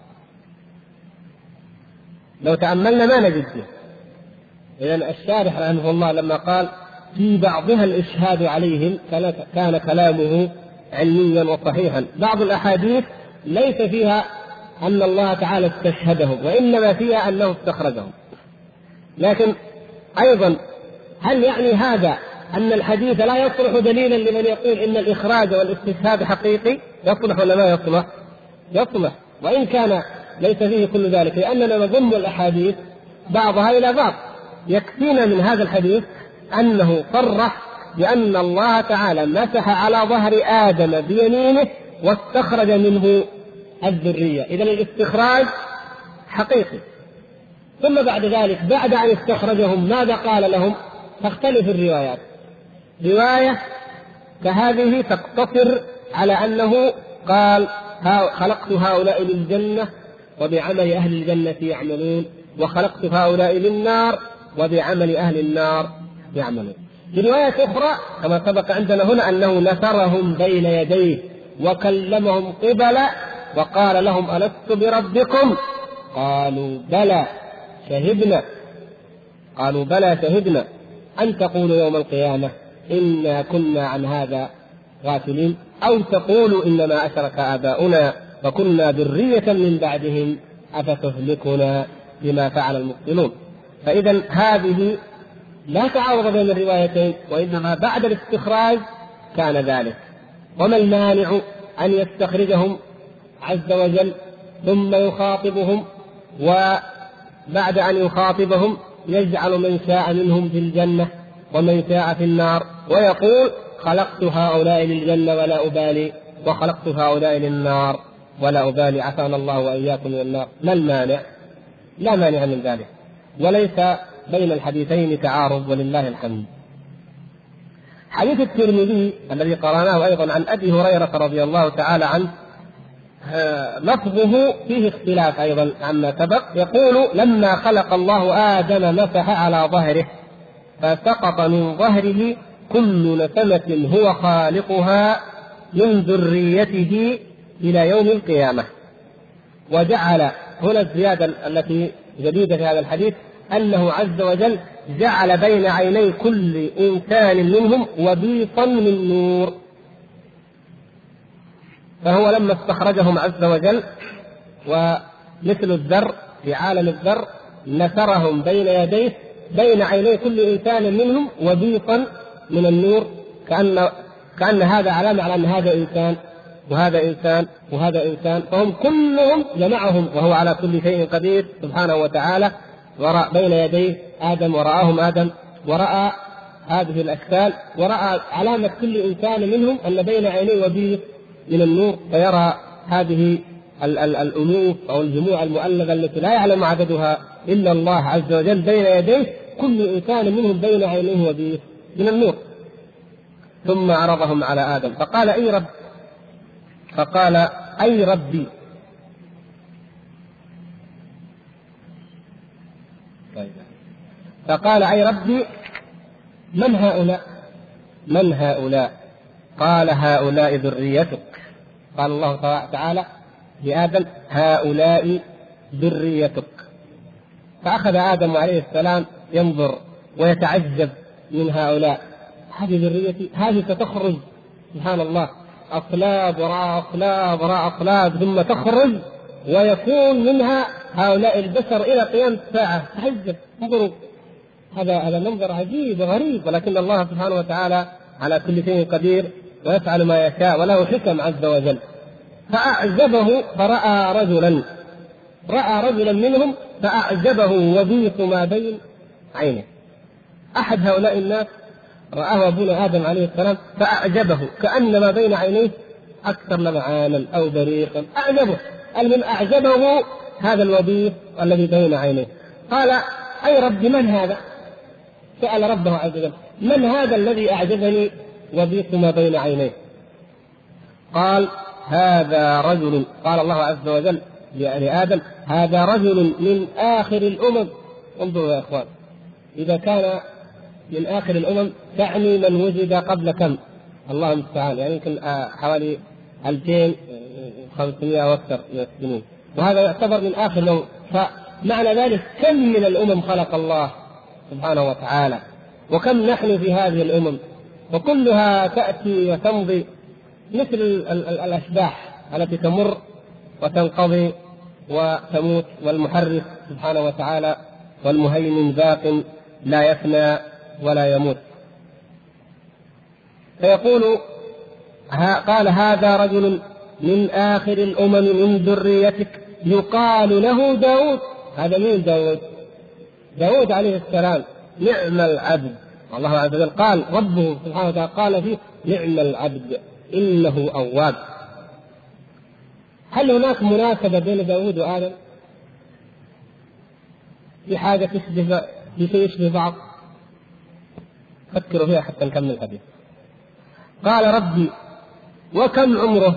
A: لو تأملنا ما نجد فيه. إذن الشارح رحمه الله لما قال في بعضها الإشهاد عليهم كان كلامه علميا وصحيحا. بعض الأحاديث ليس فيها أن الله تعالى استشهدهم، وإنما فيها أنه استخرجهم. لكن أيضا هل يعني هذا أن الحديث لا يصلح دليلا لمن يقول إن الإخراج والاستشهاد حقيقي؟ يصلح ولا ما يصلح؟ يصلح، وإن كان ليس فيه كل ذلك، لأننا نضم الأحاديث بعضها إلى بعض. يكفينا من هذا الحديث أنه صرح بأن الله تعالى مسح على ظهر آدم بيمينه واستخرج منه الذرية، إذن الاستخراج حقيقي. ثم بعد ذلك بعد أن استخرجهم ماذا قال لهم؟ تختلف الروايات. رواية كهذه تقتصر على أنه قال خلقت هؤلاء للجنة وبعمل أهل الجنة يعملون، وخلقت هؤلاء للنار وبعمل أهل النار يعملون. في رواية أخرى كما سبق عندنا هنا أنه نثرهم بين يديه وكلمهم قبلا وقال لهم ألست بربكم؟ قالوا بلى شهدنا. قالوا بلى شهدنا أن تقولوا يوم القيامة إنا كنا عن هذا غافلين، أو تقولوا إنما أشرك آباؤنا وكنا ذرية من بعدهم أفتهلكنا بما فعل المبطلون. فإذا هذه لا تعارض بين الروايتين، وإنما بعد الاستخراج كان ذلك. وما المانع أن يستخرجهم عز وجل ثم يخاطبهم، وبعد أن يخاطبهم يجعل من شاء منهم في الجنة ومن شاء في النار، ويقول خلقت هؤلاء للجنة ولا أبالي وخلقت هؤلاء للنار ولا أبالي، عافانا الله وإياكم من النار. ما المانع؟ لا مانع من ذلك، وليس بين الحديثين تعارض ولله الحمد. حديث الترمذي الذي قرأناه أيضا عن أبي هريرة رضي الله تعالى عنه لفظه فيه اختلاف أيضا عما سبق. يقول لما خلق الله آدم مسح على ظهره فسقط من ظهره كل نسمة هو خالقها من ذريته إلى يوم القيامة. وجعل هنا الزيادة التي جديدة في هذا الحديث أنه عز وجل جعل بين عيني كل إنسان منهم وبيصا من نور. فهو لما استخرجهم عز وجل ومثل الذر في عالم الذر نثرهم بين يديه بين عيني كل إنسان منهم وبيصا من النور، كأن هذا علامة على أن هذا إنسان وهذا إنسان وهذا إنسان، فهم كلهم جمعهم وهو على كل شيء قدير سبحانه وتعالى. ورأى بين يديه آدم ورآهم آدم ورأى هذه الأشكال ورأى علامة كل إنسان منهم أن بين عينيه وبيص من النور، فيرى هذه الألوف أو الجموع المؤلفة التي لا يعلم عددها إلا الله عز وجل بين يديه كل إنسان منهم بين عينيه وبيص من النور. ثم عرضهم على آدم فقال أي رب، فقال أي ربي. فقال أي ربي من هؤلاء؟ من هؤلاء؟ قال هؤلاء ذريتك. قال الله تعالى لآدم هؤلاء ذريتك. فأخذ آدم عليه السلام ينظر ويتعجب من هؤلاء، هذه ذريتي، هذه ستخرج سبحان الله أصلاب وراء أصلاب وراء أصلاب ثم تخرج ويكون منها هؤلاء البشر إلى قيام الساعة. تعجب، انظروا هذا منظر عجيب وغريب، ولكن الله سبحانه وتعالى على كل شيء قدير ويفعل ما يشاء وله حكم عز وجل. فأعجبه رأى رجلا منهم فأعجبه وبيص ما بين عينه. أحد هؤلاء الناس رآه أبونا آدم عليه السلام فأعجبه كأن ما بين عينيه أكثر لمعانا أو بريقا، أعجبه. المن أعجبه هذا الوبيص الذي بين عينيه. قال أي رب من هذا؟ سأل ربه عز وجل من هذا الذي أعجبني وبيص ما بين عينيه؟ قال هذا رجل، قال الله عز وجل لآدم هذا رجل من آخر الأمم. انظروا يا إخوان، إذا كان من آخر الأمم تعني من وجد قبل كم؟ الله المستعان، يعني يمكن حوالي 2500 أو أكثر من السنين، وهذا يعتبر من آخر الأمم. فمعنى ذلك كم من الأمم خلق الله سبحانه وتعالى، وكم نحن في هذه الأمم، وكلها تأتي وتمضي مثل الأشباح التي تمر وتنقضي وتموت، والمحرك سبحانه وتعالى والمهيمن باق لا يفنى ولا يموت. فيقول قال هذا رجل من آخر الأمم من ذريتك يقال له داود. هذا مين داود؟ داود عليه السلام، نعم العبد. الله عز وجل قال ربه سبحانه وتعالى قال فيه نعم العبد إنه أواب. هل هناك مناسبة بين داود وآدم في حاجة تشبه في شيء يشبه بعض؟ فكروا فيها حتى نكمل الحديث. قال ربي وكم عمره؟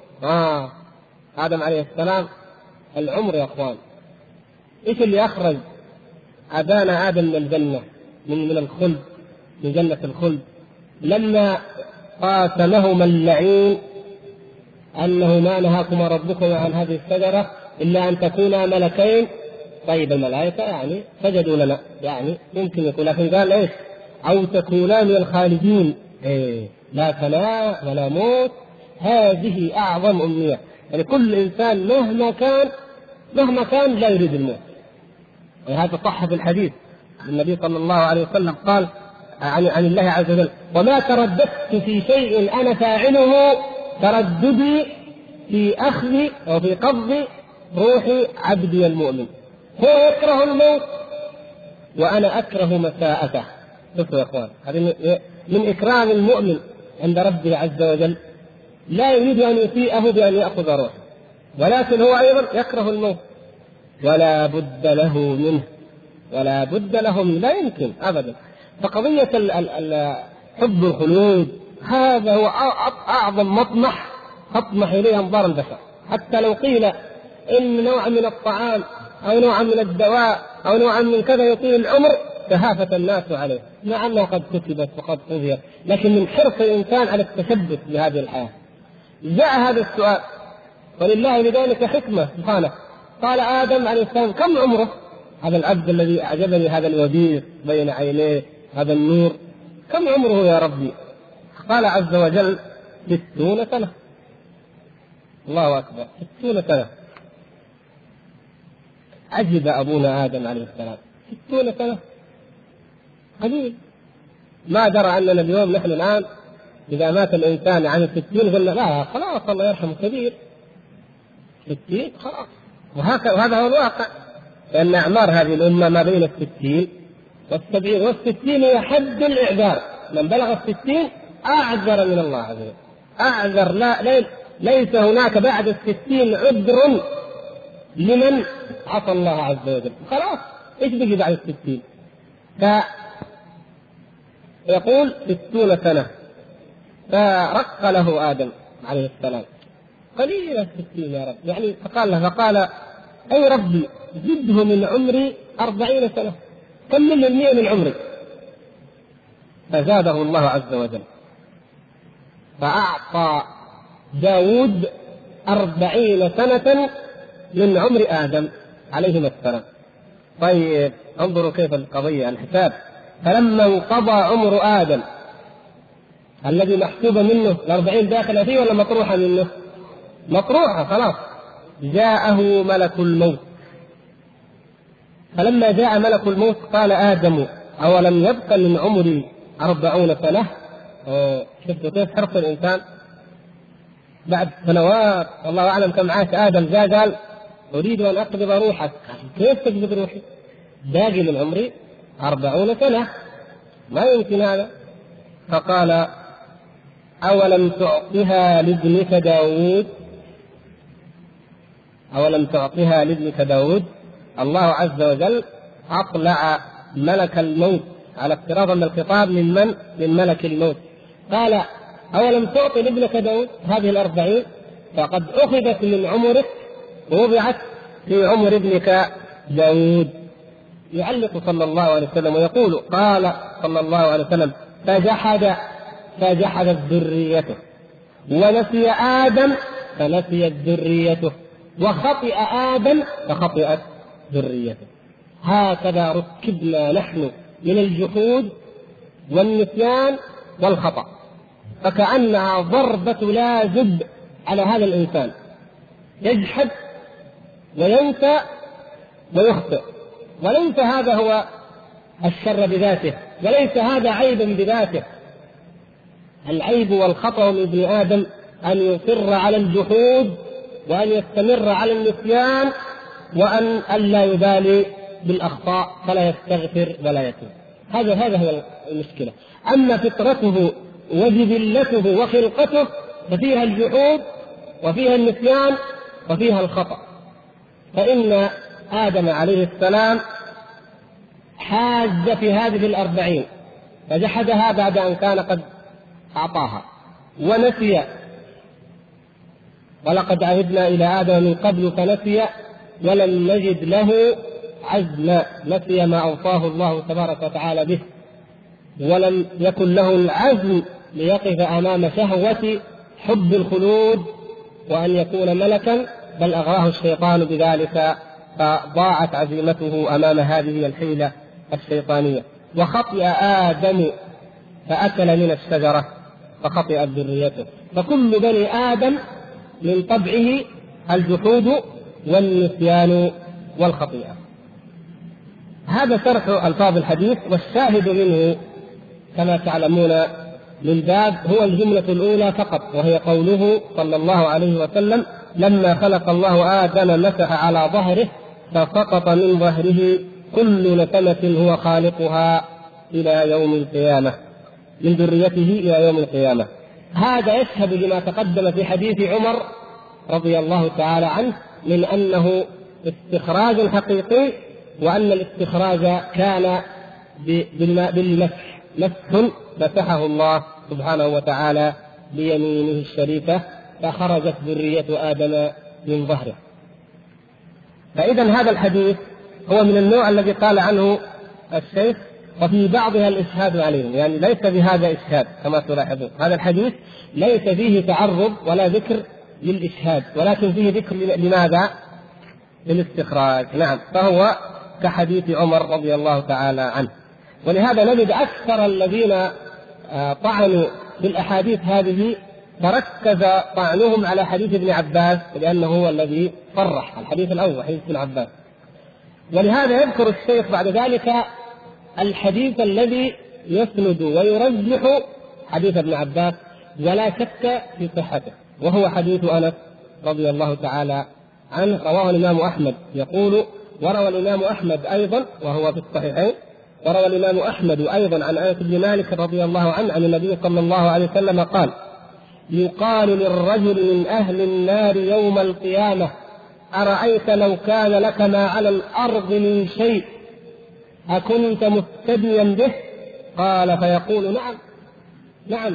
A: آدم عليه السلام العمر يا أخوان. إيش اللي أخرج أبانا آدم من الجنة، من الخلد، من جنة الخلد، لما قاسمهما اللعين أنه ما نهاكما ربكما عن هذه الشجرة إلا أن تكونا ملكين. طيب الملائكة يعني سجدوا لنا، يعني يمكن يكون، لكن قال إيش؟ أو تكونا من الخالدين. لا فناء ولا موت، هذه أعظم أمنية. يعني كل إنسان مهما كان لا يريد الموت. وهذا صح في الحديث النبي صلى الله عليه وسلم قال عن الله عز وجل وما ترددت في شيء أنا فاعله ترددي في أخذ أو في قبض روح عبدي المؤمن. هو يكره الموت وأنا أكره مساءته. شوفوا يا أخوان، هذه من إكرام المؤمن عند ربه عز وجل، لا يريد أن يسيئه بأن يأخذ روحه، ولكن هو أيضا يكره الموت ولا بد له منه، ولا بد لهم، لا يمكن أبدا. فقضية حب الخلود هذا هو أعظم مطمح تطمح إليه أنظار البشر. حتى لو قيل إن نوعا من الطعام أو نوعا من الدواء أو نوعا من كذا يطيل العمر تهافت الناس عليه، مع أنها قد كتبت وقد قضيت، لكن من حرص الإنسان على التشبث بهذه الحياة جاء هذا السؤال. ولله لذلك حكمة سبحانه. قال آدم عليه السلام كم عمره؟ هذا العبد الذي أعجبني، هذا الوديع بين عينيه، هذا النور، كم عمره يا ربي؟ قال عز وجل 60 سنة. الله أكبر، 60 سنة. عجب أبونا آدم عليه السلام، 60 سنة قليل. ما درى أننا اليوم نحن الآن إذا مات الإنسان عن 60 قلنا لا خلاص الله يرحمه كبير، 60 خلاص. وهذا هو الواقع، لأن أعمار هذه الأمة ما بين 60 و70، وال60 هي حد الإعذار. من بلغ 60 أعذر من الله عز وجل، أعذر. ليس هناك بعد 60 عذر لمن عصى الله عز وجل. خلاص إيش بقي بعد 60؟ فيقول 60 سنة. فرق له آدم عليه السلام قليلة 60 يا رب، يعني فقال أي ربي زده من عمري 40 سنة، كمل لي 100 من عمري. فزاده الله عز وجل فأعطى داود 40 سنة من عمر آدم عليهما السلام. طيب انظروا كيف القضية الحساب. فلما انقضى عمر آدم الذي محسوب منه 40 داخل فيه ولا مطروحة منه؟ مطروحة خلاص. جاءه ملك الموت. فلما جاء ملك الموت قال آدم أولم يبق من عمري 40 سنة؟ شفتوا كيف حرص الإنسان بعد سنوات، الله أعلم كم عاش آدم. جاء قال أريد أن أقبض روحك. كيف تقبض روحي؟ باقي من عمري 40 سنة، ما يمكن هذا. فقال أولم تعطها لابنك داود؟ أولم تعطها لابنك داود؟ الله عز وجل أطلع ملك الموت على افتراض أن الخطاب من ملك الموت. قال أولم تعطي لابنك داود هذه 40؟ فقد أخذت من عمرك ووضعت في عمر ابنك داود. يعلق صلى الله عليه وسلم ويقول: قال صلى الله عليه وسلم: فجحدت ذريته، ونسي آدم فنسيت ذريته، وخطئ آدم فخطئت ذريته. هكذا ركبنا نحن من الجحود والنسيان والخطأ، فكأنها ضربة لازم على هذا الإنسان، يجحد وينسى ويخطئ. وليس هذا هو الشر بذاته، وليس هذا عيبا بذاته. العيب والخطأ من ابن آدم أن يصر على الجحود، وأن يستمر على النسيان، وأن ألا يبالي بالأخطاء فلا يستغفر ولا يتوب. هذا هو المشكلة. أما فطرته وجبلته وخلقته ففيها الجحود وفيها النسيان وفيها الخطأ. فإن آدم عليه السلام حاز في هذه 40 فجحدها بعد أن كان قد أعطاها، ونسي، ولقد عهدنا إلى آدم من قبل فنسي ولم نجد له عزما. نسي ما أوصاه الله تبارك وتعالى به، ولم يكن له العزم ليقف أمام شهوة حب الخلود وأن يكون ملكا، بل أغراه الشيطان بذلك فضاعت عزيمته أمام هذه الحيلة الشيطانية. وخطئ آدم فأكل من الشجرة فخطئت ذريته. فكل بني آدم من طبعه الجحود والنسيان والخطيئة. هذا شرح ألفاظ الحديث، والشاهد منه كما تعلمون للباب هو الجملة الأولى فقط، وهي قوله صلى الله عليه وسلم: لما خلق الله آدم مسح على ظهره فسقط من ظهره كل نسمة هو خالقها إلى يوم القيامة، من ذريته إلى يوم القيامة. هذا يشهد لما تقدم في حديث عمر رضي الله تعالى عنه من أنه استخراج حقيقي، وأن الاستخراج كان بالمسح، مسح مسحه الله سبحانه وتعالى بيمينه الشريفة فخرجت ذرية آدم من ظهره. فإذا هذا الحديث هو من النوع الذي قال عنه الشيخ وفي بعضها الإشهاد عليهم، يعني ليس بهذا إشهاد كما تلاحظون. هذا الحديث ليس فيه تعرض ولا ذكر للإشهاد، ولكن فيه ذكر لماذا؟ للاستخراج. نعم، فهو كحديث عمر رضي الله تعالى عنه. ولهذا نجد أكثر الذين طعنوا بالأحاديث هذه تركز طعنهم على حديث ابن عباس، لأنه هو الذي صرح الحديث الأول حديث ابن عباس. ولهذا يذكر الشيخ بعد ذلك الحديث الذي يسند ويرجح حديث ابن عباس ولا شك في صحته، وهو حديث أنس رضي الله تعالى عنه، رواه الإمام أحمد. يقول: وروى الإمام أحمد أيضا، وهو في الصحيحين، وروى الإمام أحمد أيضا عن أنس بن مالك رضي الله عنه عن النبي صلى الله عليه وسلم قال: يقال للرجل من أهل النار يوم القيامة: أرأيت لو كان لك ما على الأرض من شيء أكنت مفتديا به؟ قال: فيقول: نعم نعم.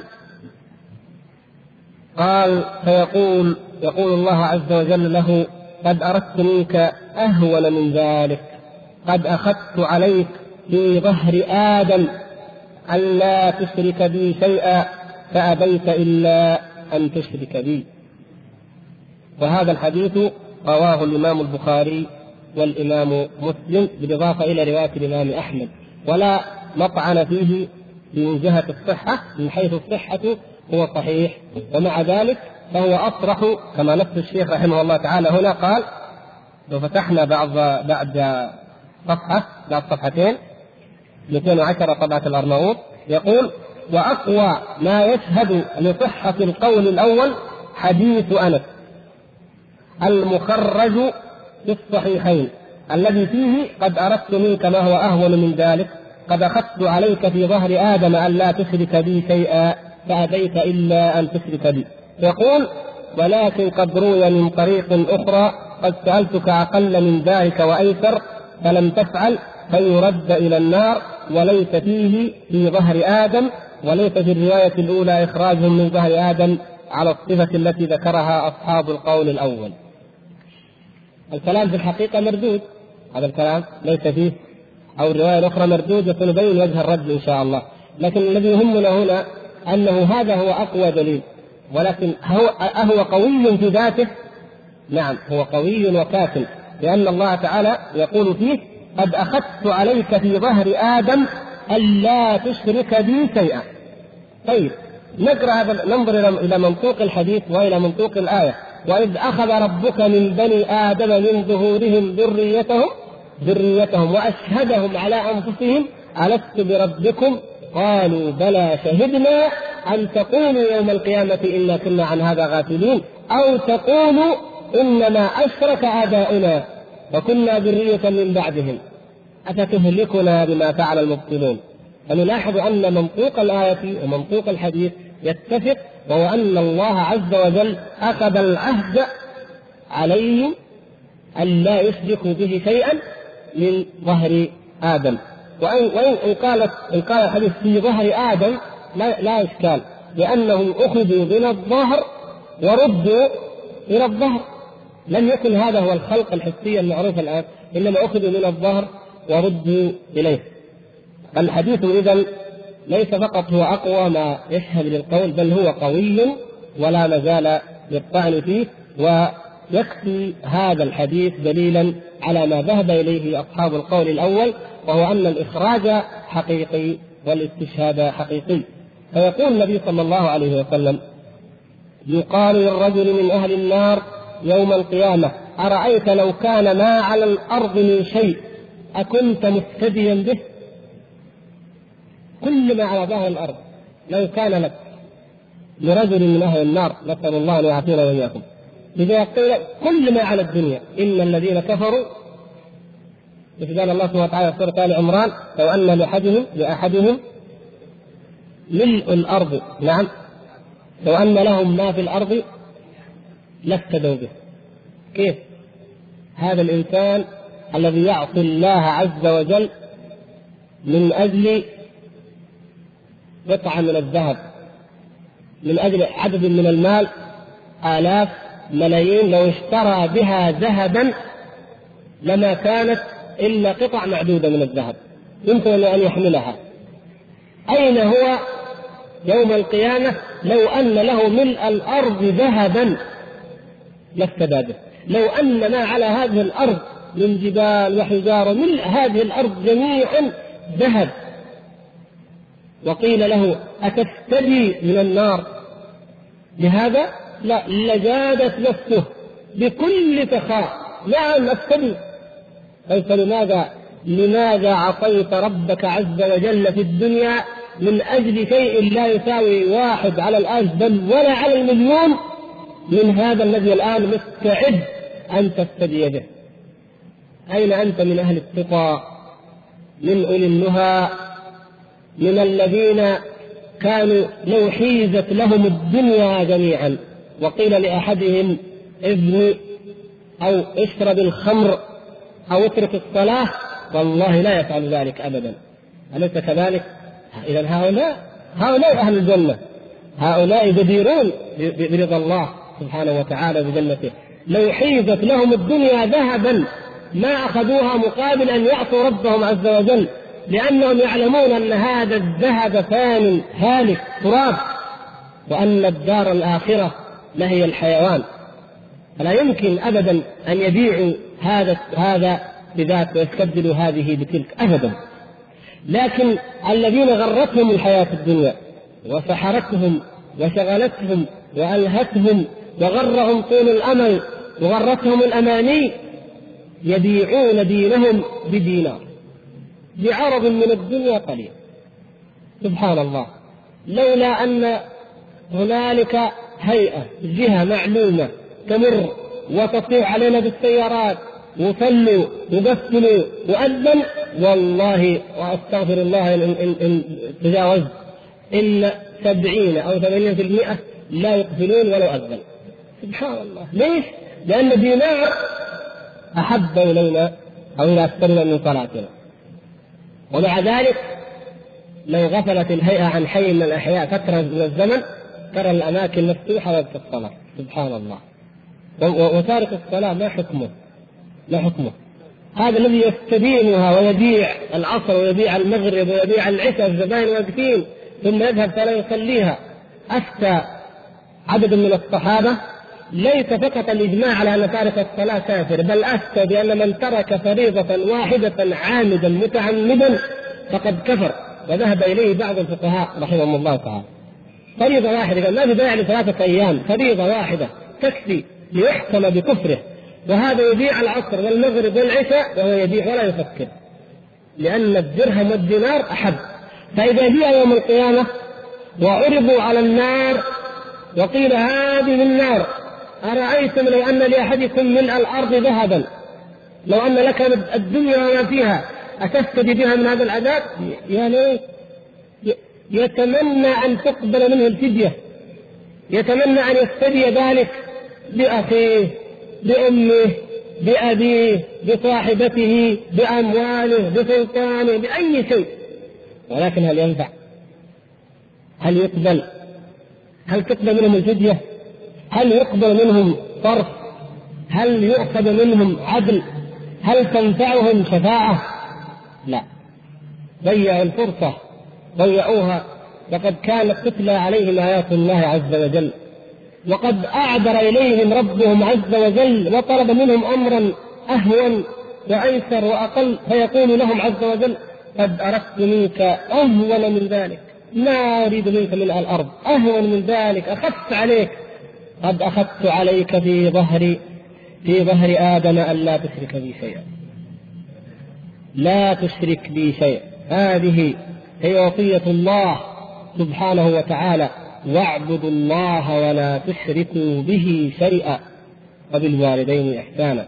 A: قال: يقول الله عز وجل له: قد أردت منك أهون من ذلك، قد أخذت عليك في ظهر آدم ألا تشرك بي شيئا فأبيت إلا أن تشرك بي. وهذا الحديث رواه الإمام البخاري والإمام مسلم بالإضافة إلى رواية الإمام أحمد، ولا مطعن فيه من جهة الصحة، من حيث الصحة هو صحيح. ومع ذلك فهو أصرح كما نفس الشيخ رحمه الله تعالى هنا قال: لو فتحنا بعد صفحتين 210 طبعة الأرناؤوط، يقول: وأقوى ما يشهد لصحة القول الأول حديث أنس المخرج في الصحيحين الذي فيه: قد أردت منك ما هو أهون من ذلك، قد أخذت عليك في ظهر آدم أن لا تشرك بي شيئا فأبيت إلا أن تشرك بي. يقول: ولكن قد روي من طريق أخرى: قد سألتك أقل من ذلك وأيسر فلم تفعل فيرد إلى النار، وليس فيه في ظهر آدم، وليس في الرواية الأولى إخراجهم من ظهر آدم على الصفة التي ذكرها أصحاب القول الأول. الكلام في الحقيقة مردود، هذا الكلام ليس فيه، أو الرواية الأخرى مردود، وسنبين وجه الرد إن شاء الله. لكن الذي يهمنا هنا أنه هذا هو أقوى دليل. ولكن أهو قوي في ذاته؟ نعم، هو قوي وكاف، لأن الله تعالى يقول فيه: قد أخذت عليك في ظهر آدم ألا تشرك بي شيئا. طيب نقرأ هذا، ننظر إلى منطوق الحديث وإلى منطوق الآية: وإذ أخذ ربك من بني آدم من ظهورهم ذريتهم وأشهدهم على أنفسهم ألست بربكم قالوا بلى شهدنا أن تقولوا يوم القيامة إنا كنا عن هذا غافلين أو تقولوا إنما أشرك آباؤنا وكنا ذرية من بعدهم أفتهلكنا بما فعل المبطلون. فنلاحظ أن منطوق الآية ومنطوق الحديث يتفق، وهو أن الله عز وجل أخذ العهد عليهم أن لا يشركوا به شيئا من ظهر آدم. وإن قال الحديث في ظهر آدم لا إشكال، لأنهم أخذوا من الظهر وردوا إلى الظهر. لم يكن هذا هو الخلق الحسي المعروف الآن، إنما أخذوا من الظهر وردوا إليه. الحديث إذن ليس فقط هو أقوى ما يشهد للقول، بل هو قوي ولا مجال للطعن فيه. ويكفي هذا الحديث دليلا على ما ذهب إليه أصحاب القول الأول، وهو أن الإخراج حقيقي والاستشهاد حقيقي. فيقول النبي صلى الله عليه وسلم: يقال للرجل من أهل النار يوم القيامة: أرأيت لو كان ما على الأرض من شيء أكنت مفتديا به؟ كل ما على ظهر الأرض لو كان لك، لرجل من أهل النار، نسأل الله أن يعافينا وإياكم. لذا يقول كل ما على الدنيا: إن الذين كفروا، مثل قال الله سبحانه وتعالى في سورة آل عمران: لو أن لأحدهم ملء الأرض، نعم، لو أن لهم ما في الأرض لافتدوا به. كيف هذا الإنسان الذي يعصي الله عز وجل من أجل قطعة من الذهب، من أجل عدد من المال، آلاف ملايين، لو اشترى بها ذهبا لما كانت إلا قطع معدودة من الذهب يمكن أن يحملها. أين هو يوم القيامة لو أن له ملء الأرض ذهبا لافتدى به؟ لو أن ما على هذه الأرض من جبال وحجارة، ملء هذه الأرض جميعا ذهب، وقيل له: أتفتدي من النار بهذا؟ لا، لجادت نفسه بكل سخاء: نعم أفتدي. لماذا عصيت ربك عز وجل في الدنيا من أجل شيء لا يساوي 1 على الألف بل ولا على المليون من هذا الذي الآن مستعد أن تفتدي به؟ أين أنت من أهل التقى، من أولي النهى، من الذين كانوا لو حيزت لهم الدنيا جميعا وقيل لأحدهم ابني أو اشرب الخمر أو اترك الصلاة، والله لا يفعل ذلك أبدا؟ أليس كذلك؟ إذن هؤلاء أهل الجنة، هؤلاء جديرون برضا الله سبحانه وتعالى بجنته. لو حيزت لهم الدنيا ذهبا ما أخذوها مقابل أن يعصوا ربهم عز وجل، لأنهم يعلمون أن هذا الذهب فان هالك تراب، وأن الدار الآخرة لهي الحيوان. فلا يمكن أبدا أن يبيعوا هذا بذاك ويستبدلوا هذه بتلك أبدا. لكن الذين غرتهم الحياة الدنيا وسحرتهم وشغلتهم وألهتهم وغرهم طول الأمل وغرتهم الأماني، يبيعون دينهم بدينار بعرض من الدنيا قليل. سبحان الله، لولا أن هنالك هيئة جهة معلومة تمر وتطيع علينا بالسيارات وصلوا وقفلوا وأذن، والله وأستغفر الله إن تجاوز، إن 70 أو 80% لا يقفلون ولو أذن. سبحان الله. ليش؟ لأن دينار أحب إلينا أو إلى أكثرنا من صلاتنا. ومع ذلك لو غفلت الهيئة عن حي من الأحياء فترة من الزمن ترى الأماكن مفتوحة وقت الصلاة. سبحان الله. وتارك الصلاة ما حكمه؟ لا حكمه. هذا الذي يستدينها ويبيع العصر ويبيع المغرب ويبيع العشاء الزبائن واقفين ثم يذهب فلا يصليها. أفتى عدد من الصحابة ليس فقط الإجماع على أن تارك الصلاة كافر، بل أفتى بأن من ترك فريضة واحدة عامدا متعمدا فقد كفر، وذهب إليه بعض الفقهاء رحمهم الله تعالى. فريضة واحدة ما في داعي ل3 أيام، فريضة واحدة تكفي ليحكم بكفره. وهذا يبيع العصر والمغرب والعشاء وهو يبيع ولا يفكر، لأن الدرهم والدينار أحب. فإذا جاء يوم القيامة وعرضوا على النار وقيل هذه النار أرأيتم لو أن لأحدكم ملء الأرض ذهبا، لو أن لك الدنيا وما فيها أتفتدي بها من هذا العذاب؟ يعني يتمنى أن تقبل منه الفدية، يتمنى أن يفتدي ذلك بأخيه، بأمه، بأبيه، بصاحبته، بأمواله، بسلطانه، بأي شيء. ولكن هل ينفع؟ هل يقبل؟ هل تقبل منهم الفدية؟ هل يقبل منهم صرف؟ هل يؤخذ منهم عدل؟ هل تنفعهم شفاعة؟ لا، ضيعوا الفرصة، ضيعوها. لقد كانت تتلى عليهم آيات الله عز وجل، وقد أعذر إليهم ربهم عز وجل وطلب منهم أمرا أهون وأيسر وأقل، فيقول لهم عز وجل قد أردت منك أهون من ذلك، ما أريد منك من الأرض، أهون من ذلك، أخذت عليك، قد أخذت عليك في ظهر آدم أن لا تشرك بي شيئا، لا تشرك بي شيئا. هذه هي وصية الله سبحانه وتعالى: واعبدوا الله ولا تشركوا به شيئا وبالوالدين إحسانا.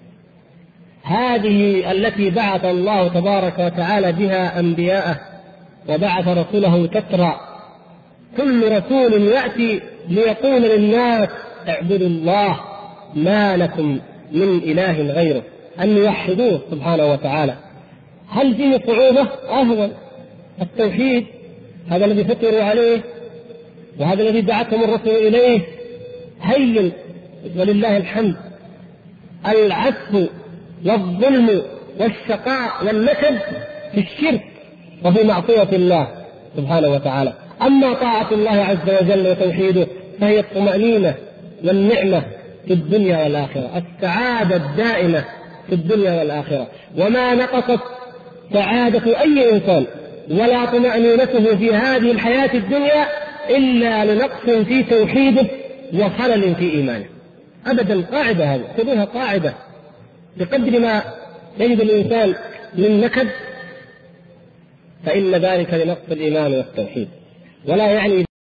A: هذه التي بعث الله تبارك وتعالى بها أنبياءه وبعث رسوله تترى، كل رسول يأتي ليقول للناس اعبدوا الله ما لكم من إله غيره، أن يوحدوه سبحانه وتعالى. هل فيه صعوبة؟ أهون التوحيد، هذا الذي فطروا عليه وهذا الذي دعتهم الرسل إليه، هين ولله الحمد. العسف والظلم والشقاء والنكد في الشرك وفي معصية الله سبحانه وتعالى. أما طاعة الله عز وجل وتوحيده فهي الطمأنينة والنعمة في الدنيا والآخرة، السعادة الدائمة في الدنيا والآخرة. وما نقصت سعادة أي إنسان ولا طمأنينته في هذه الحياة الدنيا إلا لنقص في توحيده وخلل في إيمانه أبدا. قاعدة هذه، خذوها قاعدة. بقدر ما يجد الإنسان من نكد فإن ذلك لنقص الإيمان والتوحيد، ولا يعني